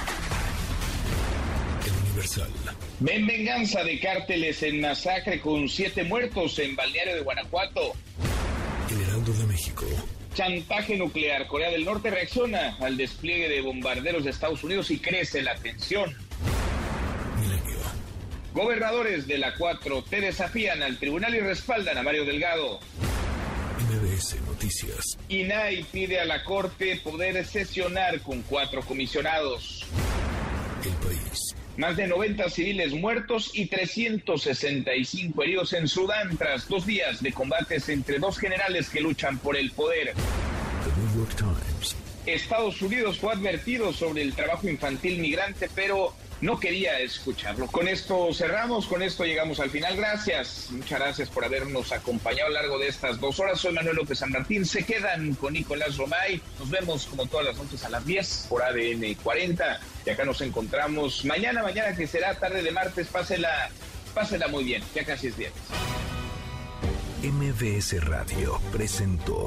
El Universal. Ven venganza de cárteles en masacre con siete muertos en balneario de Guanajuato. El Heraldo de México. Chantaje nuclear. Corea del Norte reacciona al despliegue de bombarderos de Estados Unidos y crece la tensión. Milenio. Gobernadores de la cuatro T desafían al tribunal y respaldan a Mario Delgado. M B S Noticias. I N A I pide a la Corte poder sesionar con cuatro comisionados. El País. Más de noventa civiles muertos y trescientos sesenta y cinco heridos en Sudán tras dos días de combates entre dos generales que luchan por el poder. The New York Times. Estados Unidos fue advertido sobre el trabajo infantil migrante, pero no quería escucharlo. Con esto cerramos, con esto llegamos al final. Gracias, muchas gracias por habernos acompañado a lo largo de estas dos horas. Soy Manuel López San Martín. Se quedan con Nicolás Romay. Nos vemos como todas las noches a las diez por A D N cuarenta. Y acá nos encontramos mañana, mañana que será tarde de martes. Pásela, pásela muy bien, ya casi es viernes. M B S Radio presentó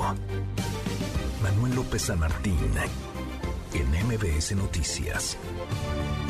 Manuel López San Martín en M B S Noticias.